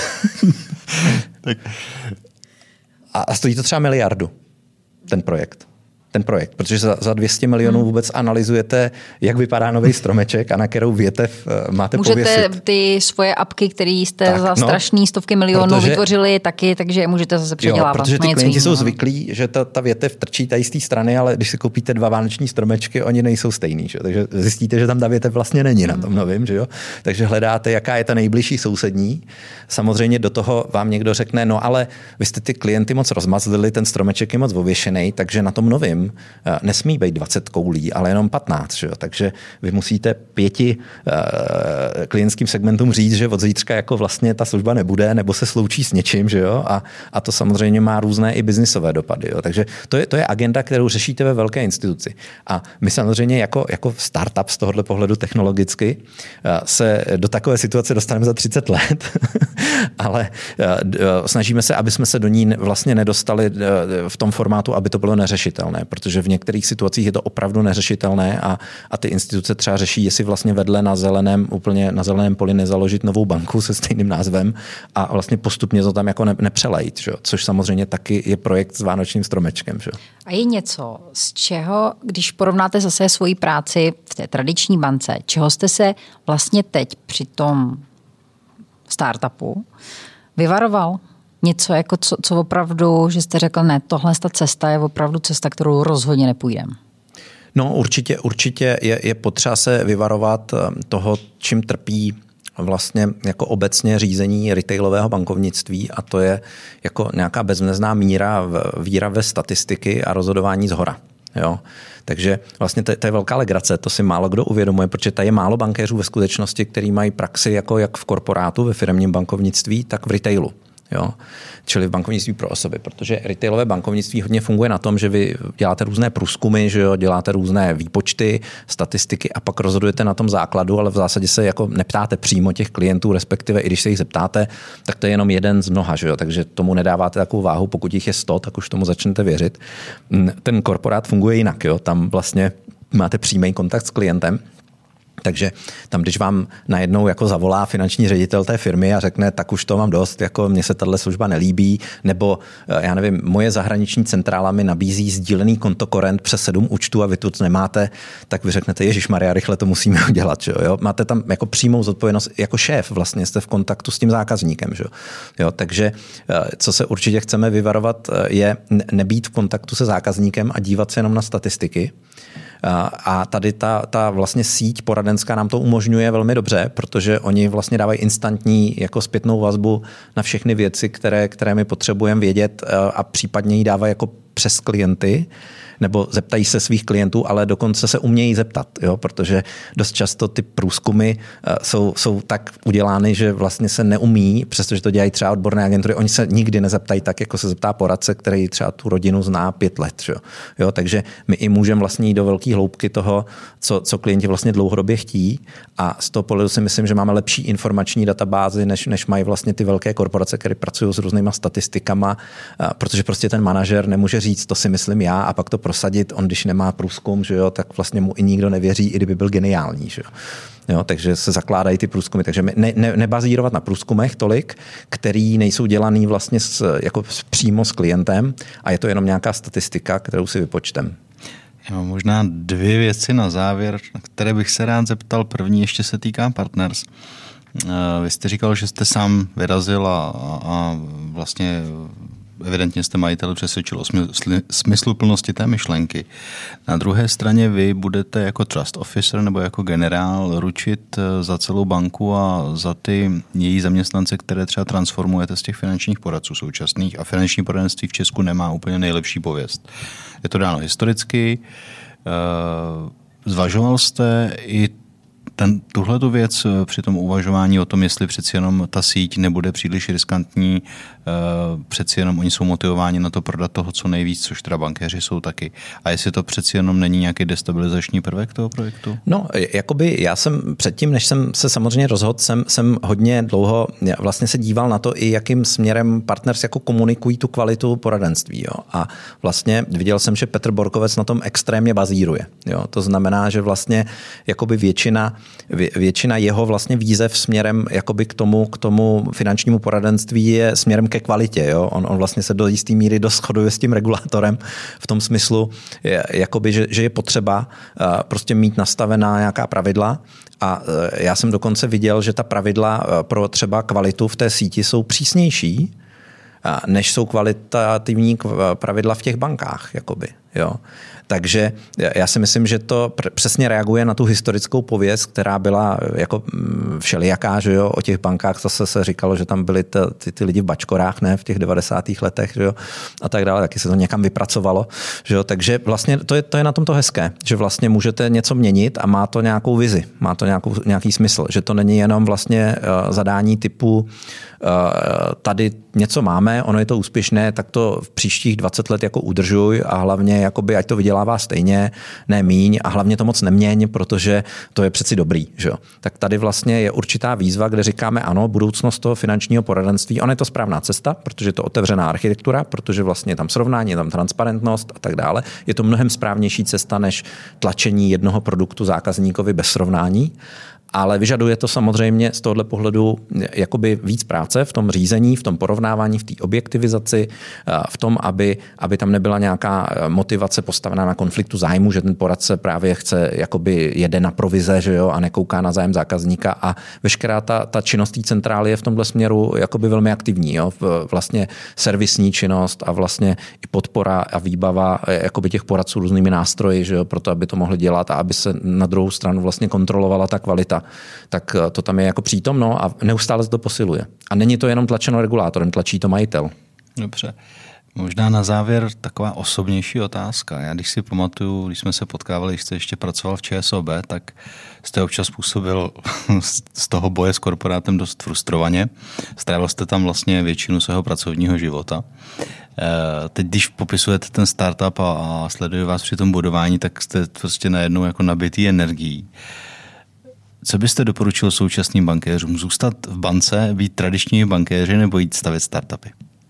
A stojí to třeba miliardu, ten projekt. ten projekt, protože za, za dvě stě milionů vůbec analyzujete, jak vypadá nový stromeček a na kterou větev máte Můžete pověsit. Můžete ty svoje apky, které jste tak, za no, strašný stovky milionů protože, vytvořili taky, takže můžete zase předělávat. Jo, protože ty klienti jsou zvyklí, že ta, ta větev trčí tady z té strany, ale když si koupíte dva vánoční stromečky, oni nejsou stejný. Že? Takže zjistíte, že tam ta větev vlastně není na tom novém. Že jo? Takže hledáte, jaká je ta nejbližší sousední. Samozřejmě do toho vám někdo řekne, no ale vy jste ty klienty moc rozmazlili, ten stromeček je moc ověšený, takže na tom novém nesmí být dvacet koulí, ale jenom patnáct. Že jo? Takže vy musíte pěti uh, klientským segmentům říct, že od zítřka jako vlastně ta služba nebude, nebo se sloučí s něčím, že jo? A, a to samozřejmě má různé i biznisové dopady. Jo? Takže to je, to je agenda, kterou řešíte ve velké instituci. A my samozřejmě jako, jako startup z tohohle pohledu technologicky uh, se do takové situace dostaneme za třicet let, ale uh, snažíme se, aby jsme se do ní vlastně nedostali uh, v tom formátu, aby to bylo neřešitelné, protože v některých situacích je to opravdu neřešitelné a, a ty instituce třeba řeší, jestli vlastně vedle na zeleném, úplně na zeleném poli nezaložit novou banku se stejným názvem a vlastně postupně to tam jako ne, nepřelejt, že? Což samozřejmě taky je projekt s vánočním stromečkem. Že? A je něco, z čeho, když porovnáte zase svoji práci v té tradiční bance, čeho jste se vlastně teď při tom startupu vyvaroval? Něco, jako co, co opravdu, že jste řekl, ne, tohle ta cesta je opravdu cesta, kterou rozhodně nepůjdeme. No určitě, určitě je, je potřeba se vyvarovat toho, čím trpí vlastně jako obecně řízení retailového bankovnictví a to je jako nějaká bezmezná míra víra ve statistiky a rozhodování zhora. Jo? Takže vlastně to, to je velká legrace, to si málo kdo uvědomuje, protože tady je málo bankéřů ve skutečnosti, který mají praxi jako jak v korporátu, ve firemním bankovnictví, tak v retailu. Jo? Čili v bankovnictví pro osoby, protože retailové bankovnictví hodně funguje na tom, že vy děláte různé průzkumy, že jo? Děláte různé výpočty, statistiky a pak rozhodujete na tom základu, ale v zásadě se jako neptáte přímo těch klientů, respektive i když se jich zeptáte, tak to je jenom jeden z mnoha, že jo? Takže tomu nedáváte takovou váhu, pokud jich je sto, tak už tomu začnete věřit. Ten korporát funguje jinak, jo? Tam vlastně máte přímý kontakt s klientem. Takže tam, když vám najednou jako zavolá finanční ředitel té firmy a řekne, tak už to mám dost, jako mně se tahle služba nelíbí, nebo já nevím, moje zahraniční centrála mi nabízí sdílený kontokorent přes sedm účtů a vy tu nemáte, tak vy řeknete, ježišmarja, rychle to musíme udělat. Že jo? Máte tam jako přímou zodpovědnost, jako šéf vlastně jste v kontaktu s tím zákazníkem. Že jo? Takže co se určitě chceme vyvarovat, je nebýt v kontaktu se zákazníkem a dívat se jenom na statistiky. A tady ta, ta vlastně síť poradenská nám to umožňuje velmi dobře, protože oni vlastně dávají instantní jako zpětnou vazbu na všechny věci, které, které my potřebujeme vědět a případně ji dávají jako přes klienty, nebo zeptají se svých klientů, ale dokonce se umějí zeptat, jo? Protože dost často ty průzkumy jsou, jsou tak udělány, že vlastně se neumí, přestože to dělají třeba odborné agentury, oni se nikdy nezeptají tak, jako se zeptá poradce, který třeba tu rodinu zná pět let. Jo? Jo? Takže my i můžeme vlastně jít do velké hloubky toho, co, co klienti vlastně dlouhodobě chtějí a z toho pohledu si myslím, že máme lepší informační databázy, než, než mají vlastně ty velké korporace, které pracují s různýma statistikama, protože prostě ten manažer nemůže říct, to si myslím já a pak to prosadit, on když nemá průzkum, že jo, tak vlastně mu i nikdo nevěří, i kdyby byl geniální. Že jo. Jo, takže se zakládají ty průzkumy. Takže ne, ne, nebazírovat na průzkumech tolik, který nejsou dělaný vlastně s, jako přímo s klientem a je to jenom nějaká statistika, kterou si vypočtem. Já mám možná dvě věci na závěr, na které bych se rád zeptal. První ještě se týká Partners. Vy jste říkal, že jste sám vyrazil a, a vlastně evidentně jste majitel přesvědčil o smysluplnosti té myšlenky. Na druhé straně vy budete jako trust officer nebo jako generál ručit za celou banku a za ty její zaměstnance, které třeba transformujete z těch finančních poradců současných a finanční poradenství v Česku nemá úplně nejlepší pověst. Je to dáno historicky. Zvažoval jste i ten, tuhletu věc při tom uvažování o tom, jestli přeci jenom ta síť nebude příliš riskantní, přeci jenom oni jsou motivováni na to prodat toho co nejvíc, což teda bankéři jsou taky. A jestli to přeci jenom není nějaký destabilizační prvek toho projektu? No, jakoby já jsem předtím, než jsem se samozřejmě rozhodl, jsem, jsem hodně dlouho vlastně se díval na to, i jakým směrem Partners jako komunikují tu kvalitu poradenství. Jo. A vlastně viděl jsem, že Petr Borkovec na tom extrémně bazíruje. Jo. To znamená, že vlastně jakoby většina, vě, většina jeho vlastně výzev směrem jakoby k tomu, k tomu finančnímu poradenství je směrem ke kvalitě. Jo? On, on vlastně se do jisté míry doshoduje s tím regulátorem v tom smyslu, je, jakoby, že, že je potřeba uh, prostě mít nastavená nějaká pravidla a uh, já jsem dokonce viděl, že ta pravidla uh, pro třeba kvalitu v té síti jsou přísnější, uh, než jsou kvalitativní pravidla v těch bankách. Jakoby, jo? Takže já si myslím, že to přesně reaguje na tu historickou pověst, která byla jako všelijaká, že jo, o těch bankách zase se říkalo, že tam byli ty, ty lidi v bačkorách, ne, v těch devadesátých letech, že jo, a tak dále, taky se to někam vypracovalo, že jo, takže vlastně to je, to je na tom to hezké, že vlastně můžete něco měnit a má to nějakou vizi, má to nějakou, nějaký smysl, že to není jenom vlastně uh, zadání typu uh, tady něco máme, ono je to úspěšné, tak to v příštích dvacet let jako udržuj a hlavně jakoby, ať to vydělává stejně, ne míň a hlavně to moc neměň, protože to je přeci dobrý. Že jo? Tak tady vlastně je určitá výzva, kde říkáme ano, budoucnost toho finančního poradenství, ona je to správná cesta, protože je to otevřená architektura, protože vlastně je tam srovnání, je tam transparentnost a tak dále. Je to mnohem správnější cesta než tlačení jednoho produktu zákazníkovi bez srovnání. Ale vyžaduje to samozřejmě z tohohle pohledu jakoby víc práce v tom řízení, v tom porovnávání, v té objektivizaci, v tom, aby, aby tam nebyla nějaká motivace postavená na konfliktu zájmu, že ten poradce právě chce, jakoby jede na provize, že jo, a nekouká na zájem zákazníka a veškerá ta, ta činnost té centrály je v tomhle směru jakoby velmi aktivní, jo, vlastně servisní činnost a vlastně i podpora a výbava jakoby těch poradců různými nástroji, že jo, proto aby to mohli dělat a aby se na druhou stranu vlastně kontrolovala ta kvalita. Tak to tam je jako přítomno a neustále se to posiluje. A není to jenom tlačeno regulátorem, tlačí to majitel. Dobře. Možná na závěr taková osobnější otázka. Já když si pamatuju, když jsme se potkávali, když jste ještě pracoval v ČSOB, tak jste občas působil z toho boje s korporátem dost frustrovaně. Strávil jste tam vlastně většinu svého pracovního života. Teď, když popisujete ten startup a sleduju vás při tom budování, tak jste prostě najednou jako nabitý energií. Co byste doporučil současným bankéřům? Zůstat v bance, být tradiční bankéři nebo jít stavět startupy?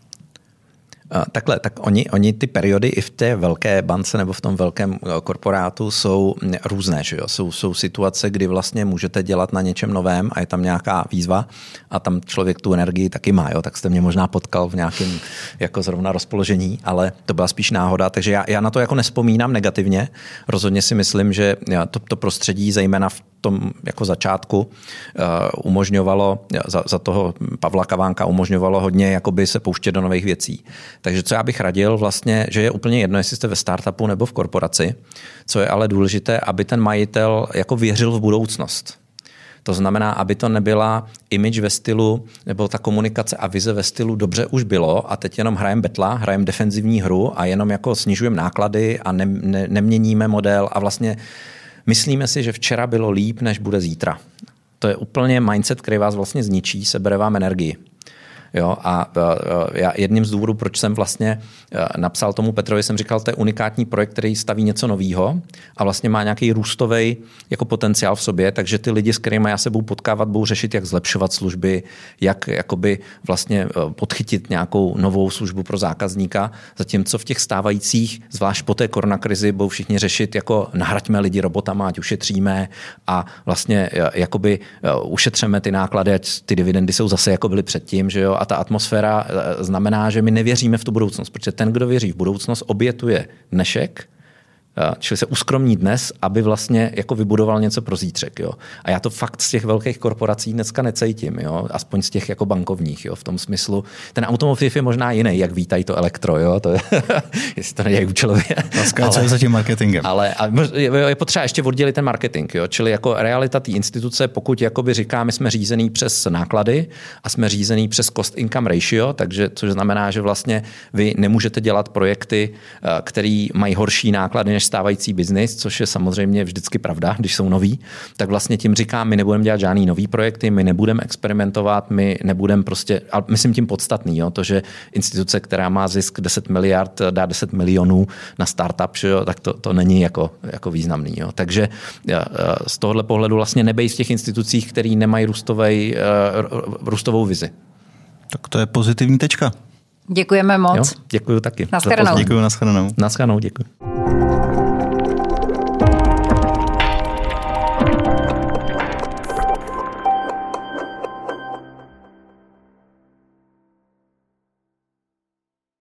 Takhle, tak oni, oni ty periody i v té velké bance nebo v tom velkém korporátu jsou různé. Že jo? Jsou, jsou situace, kdy vlastně můžete dělat na něčem novém a je tam nějaká výzva a tam člověk tu energii taky má. Jo? Tak jste mě možná potkal v nějakém jako zrovna rozpoložení, ale to byla spíš náhoda. Takže já, já na to jako nespomínám negativně. Rozhodně si myslím, že to, to prostředí, zejména v tom jako začátku uh, umožňovalo, za, za toho Pavla Kavánka umožňovalo hodně jakoby se pouštět do nových věcí. Takže co já bych radil vlastně, že je úplně jedno, jestli jste ve startupu nebo v korporaci, co je ale důležité, aby ten majitel jako věřil v budoucnost. To znamená, aby to nebyla image ve stylu, nebo ta komunikace a vize ve stylu dobře už bylo a teď jenom hrajem betla, hrajem defenzivní hru a jenom jako snižujeme náklady a ne, ne, neměníme model a vlastně myslíme si, že včera bylo líp, než bude zítra. To je úplně mindset, který vás vlastně zničí, sebere vám energii. Jo, a já jedním z důvodů, proč jsem vlastně napsal tomu Petrovi, jsem říkal, to je unikátní projekt, který staví něco novýho a vlastně má nějaký růstový jako potenciál v sobě, takže ty lidi, s kterými já se budu potkávat, budou řešit, jak zlepšovat služby, jak jakoby vlastně podchytit nějakou novou službu pro zákazníka, zatímco v těch stávajících, zvlášť po té koronakrizi, budou všichni řešit, jako nahraďme lidi robotama, ať ušetříme a vlastně jakoby ušetřeme ty náklady, ať ty dividendy jsou zase jako byly předtím, že jo. A ta atmosféra znamená, že my nevěříme v tu budoucnost, protože ten, kdo věří v budoucnost, obětuje dnešek, čili se uskromní dnes, aby vlastně jako vybudoval něco pro zítřek. Jo. A já to fakt z těch velkých korporací dneska necítím, jo. Aspoň z těch jako bankovních, jo. V tom smyslu. Ten automotiv je možná jiný, jak vítají to elektro, jo. To je, jestli to nejde účelově. Co je za tím marketingem? Ale je potřeba ještě oddělit ten marketing, jo. Čili jako realita té instituce, pokud jakoby říká, my jsme řízený přes náklady a jsme řízený přes cost income ratio, takže což znamená, že vlastně vy nemůžete dělat projekty, které mají horší náklady než stávající biznis, což je samozřejmě vždycky pravda, když jsou noví, tak vlastně tím říkám, my nebudeme dělat žádný nový projekty, my nebudeme experimentovat, my nebudeme prostě, ale myslím tím podstatný, jo, to, že instituce, která má zisk deset miliard, dá deset milionů na startup, že jo, tak to, to není jako, jako významný. Jo. Takže z tohohle pohledu vlastně nebej z těch institucích, které nemají růstovej, růstovou vizi. Tak to je pozitivní tečka. Děkujeme moc. Jo, děkuju taky. Naschledanou. Děkuju, naschledanou. Naschledanou, děkuji.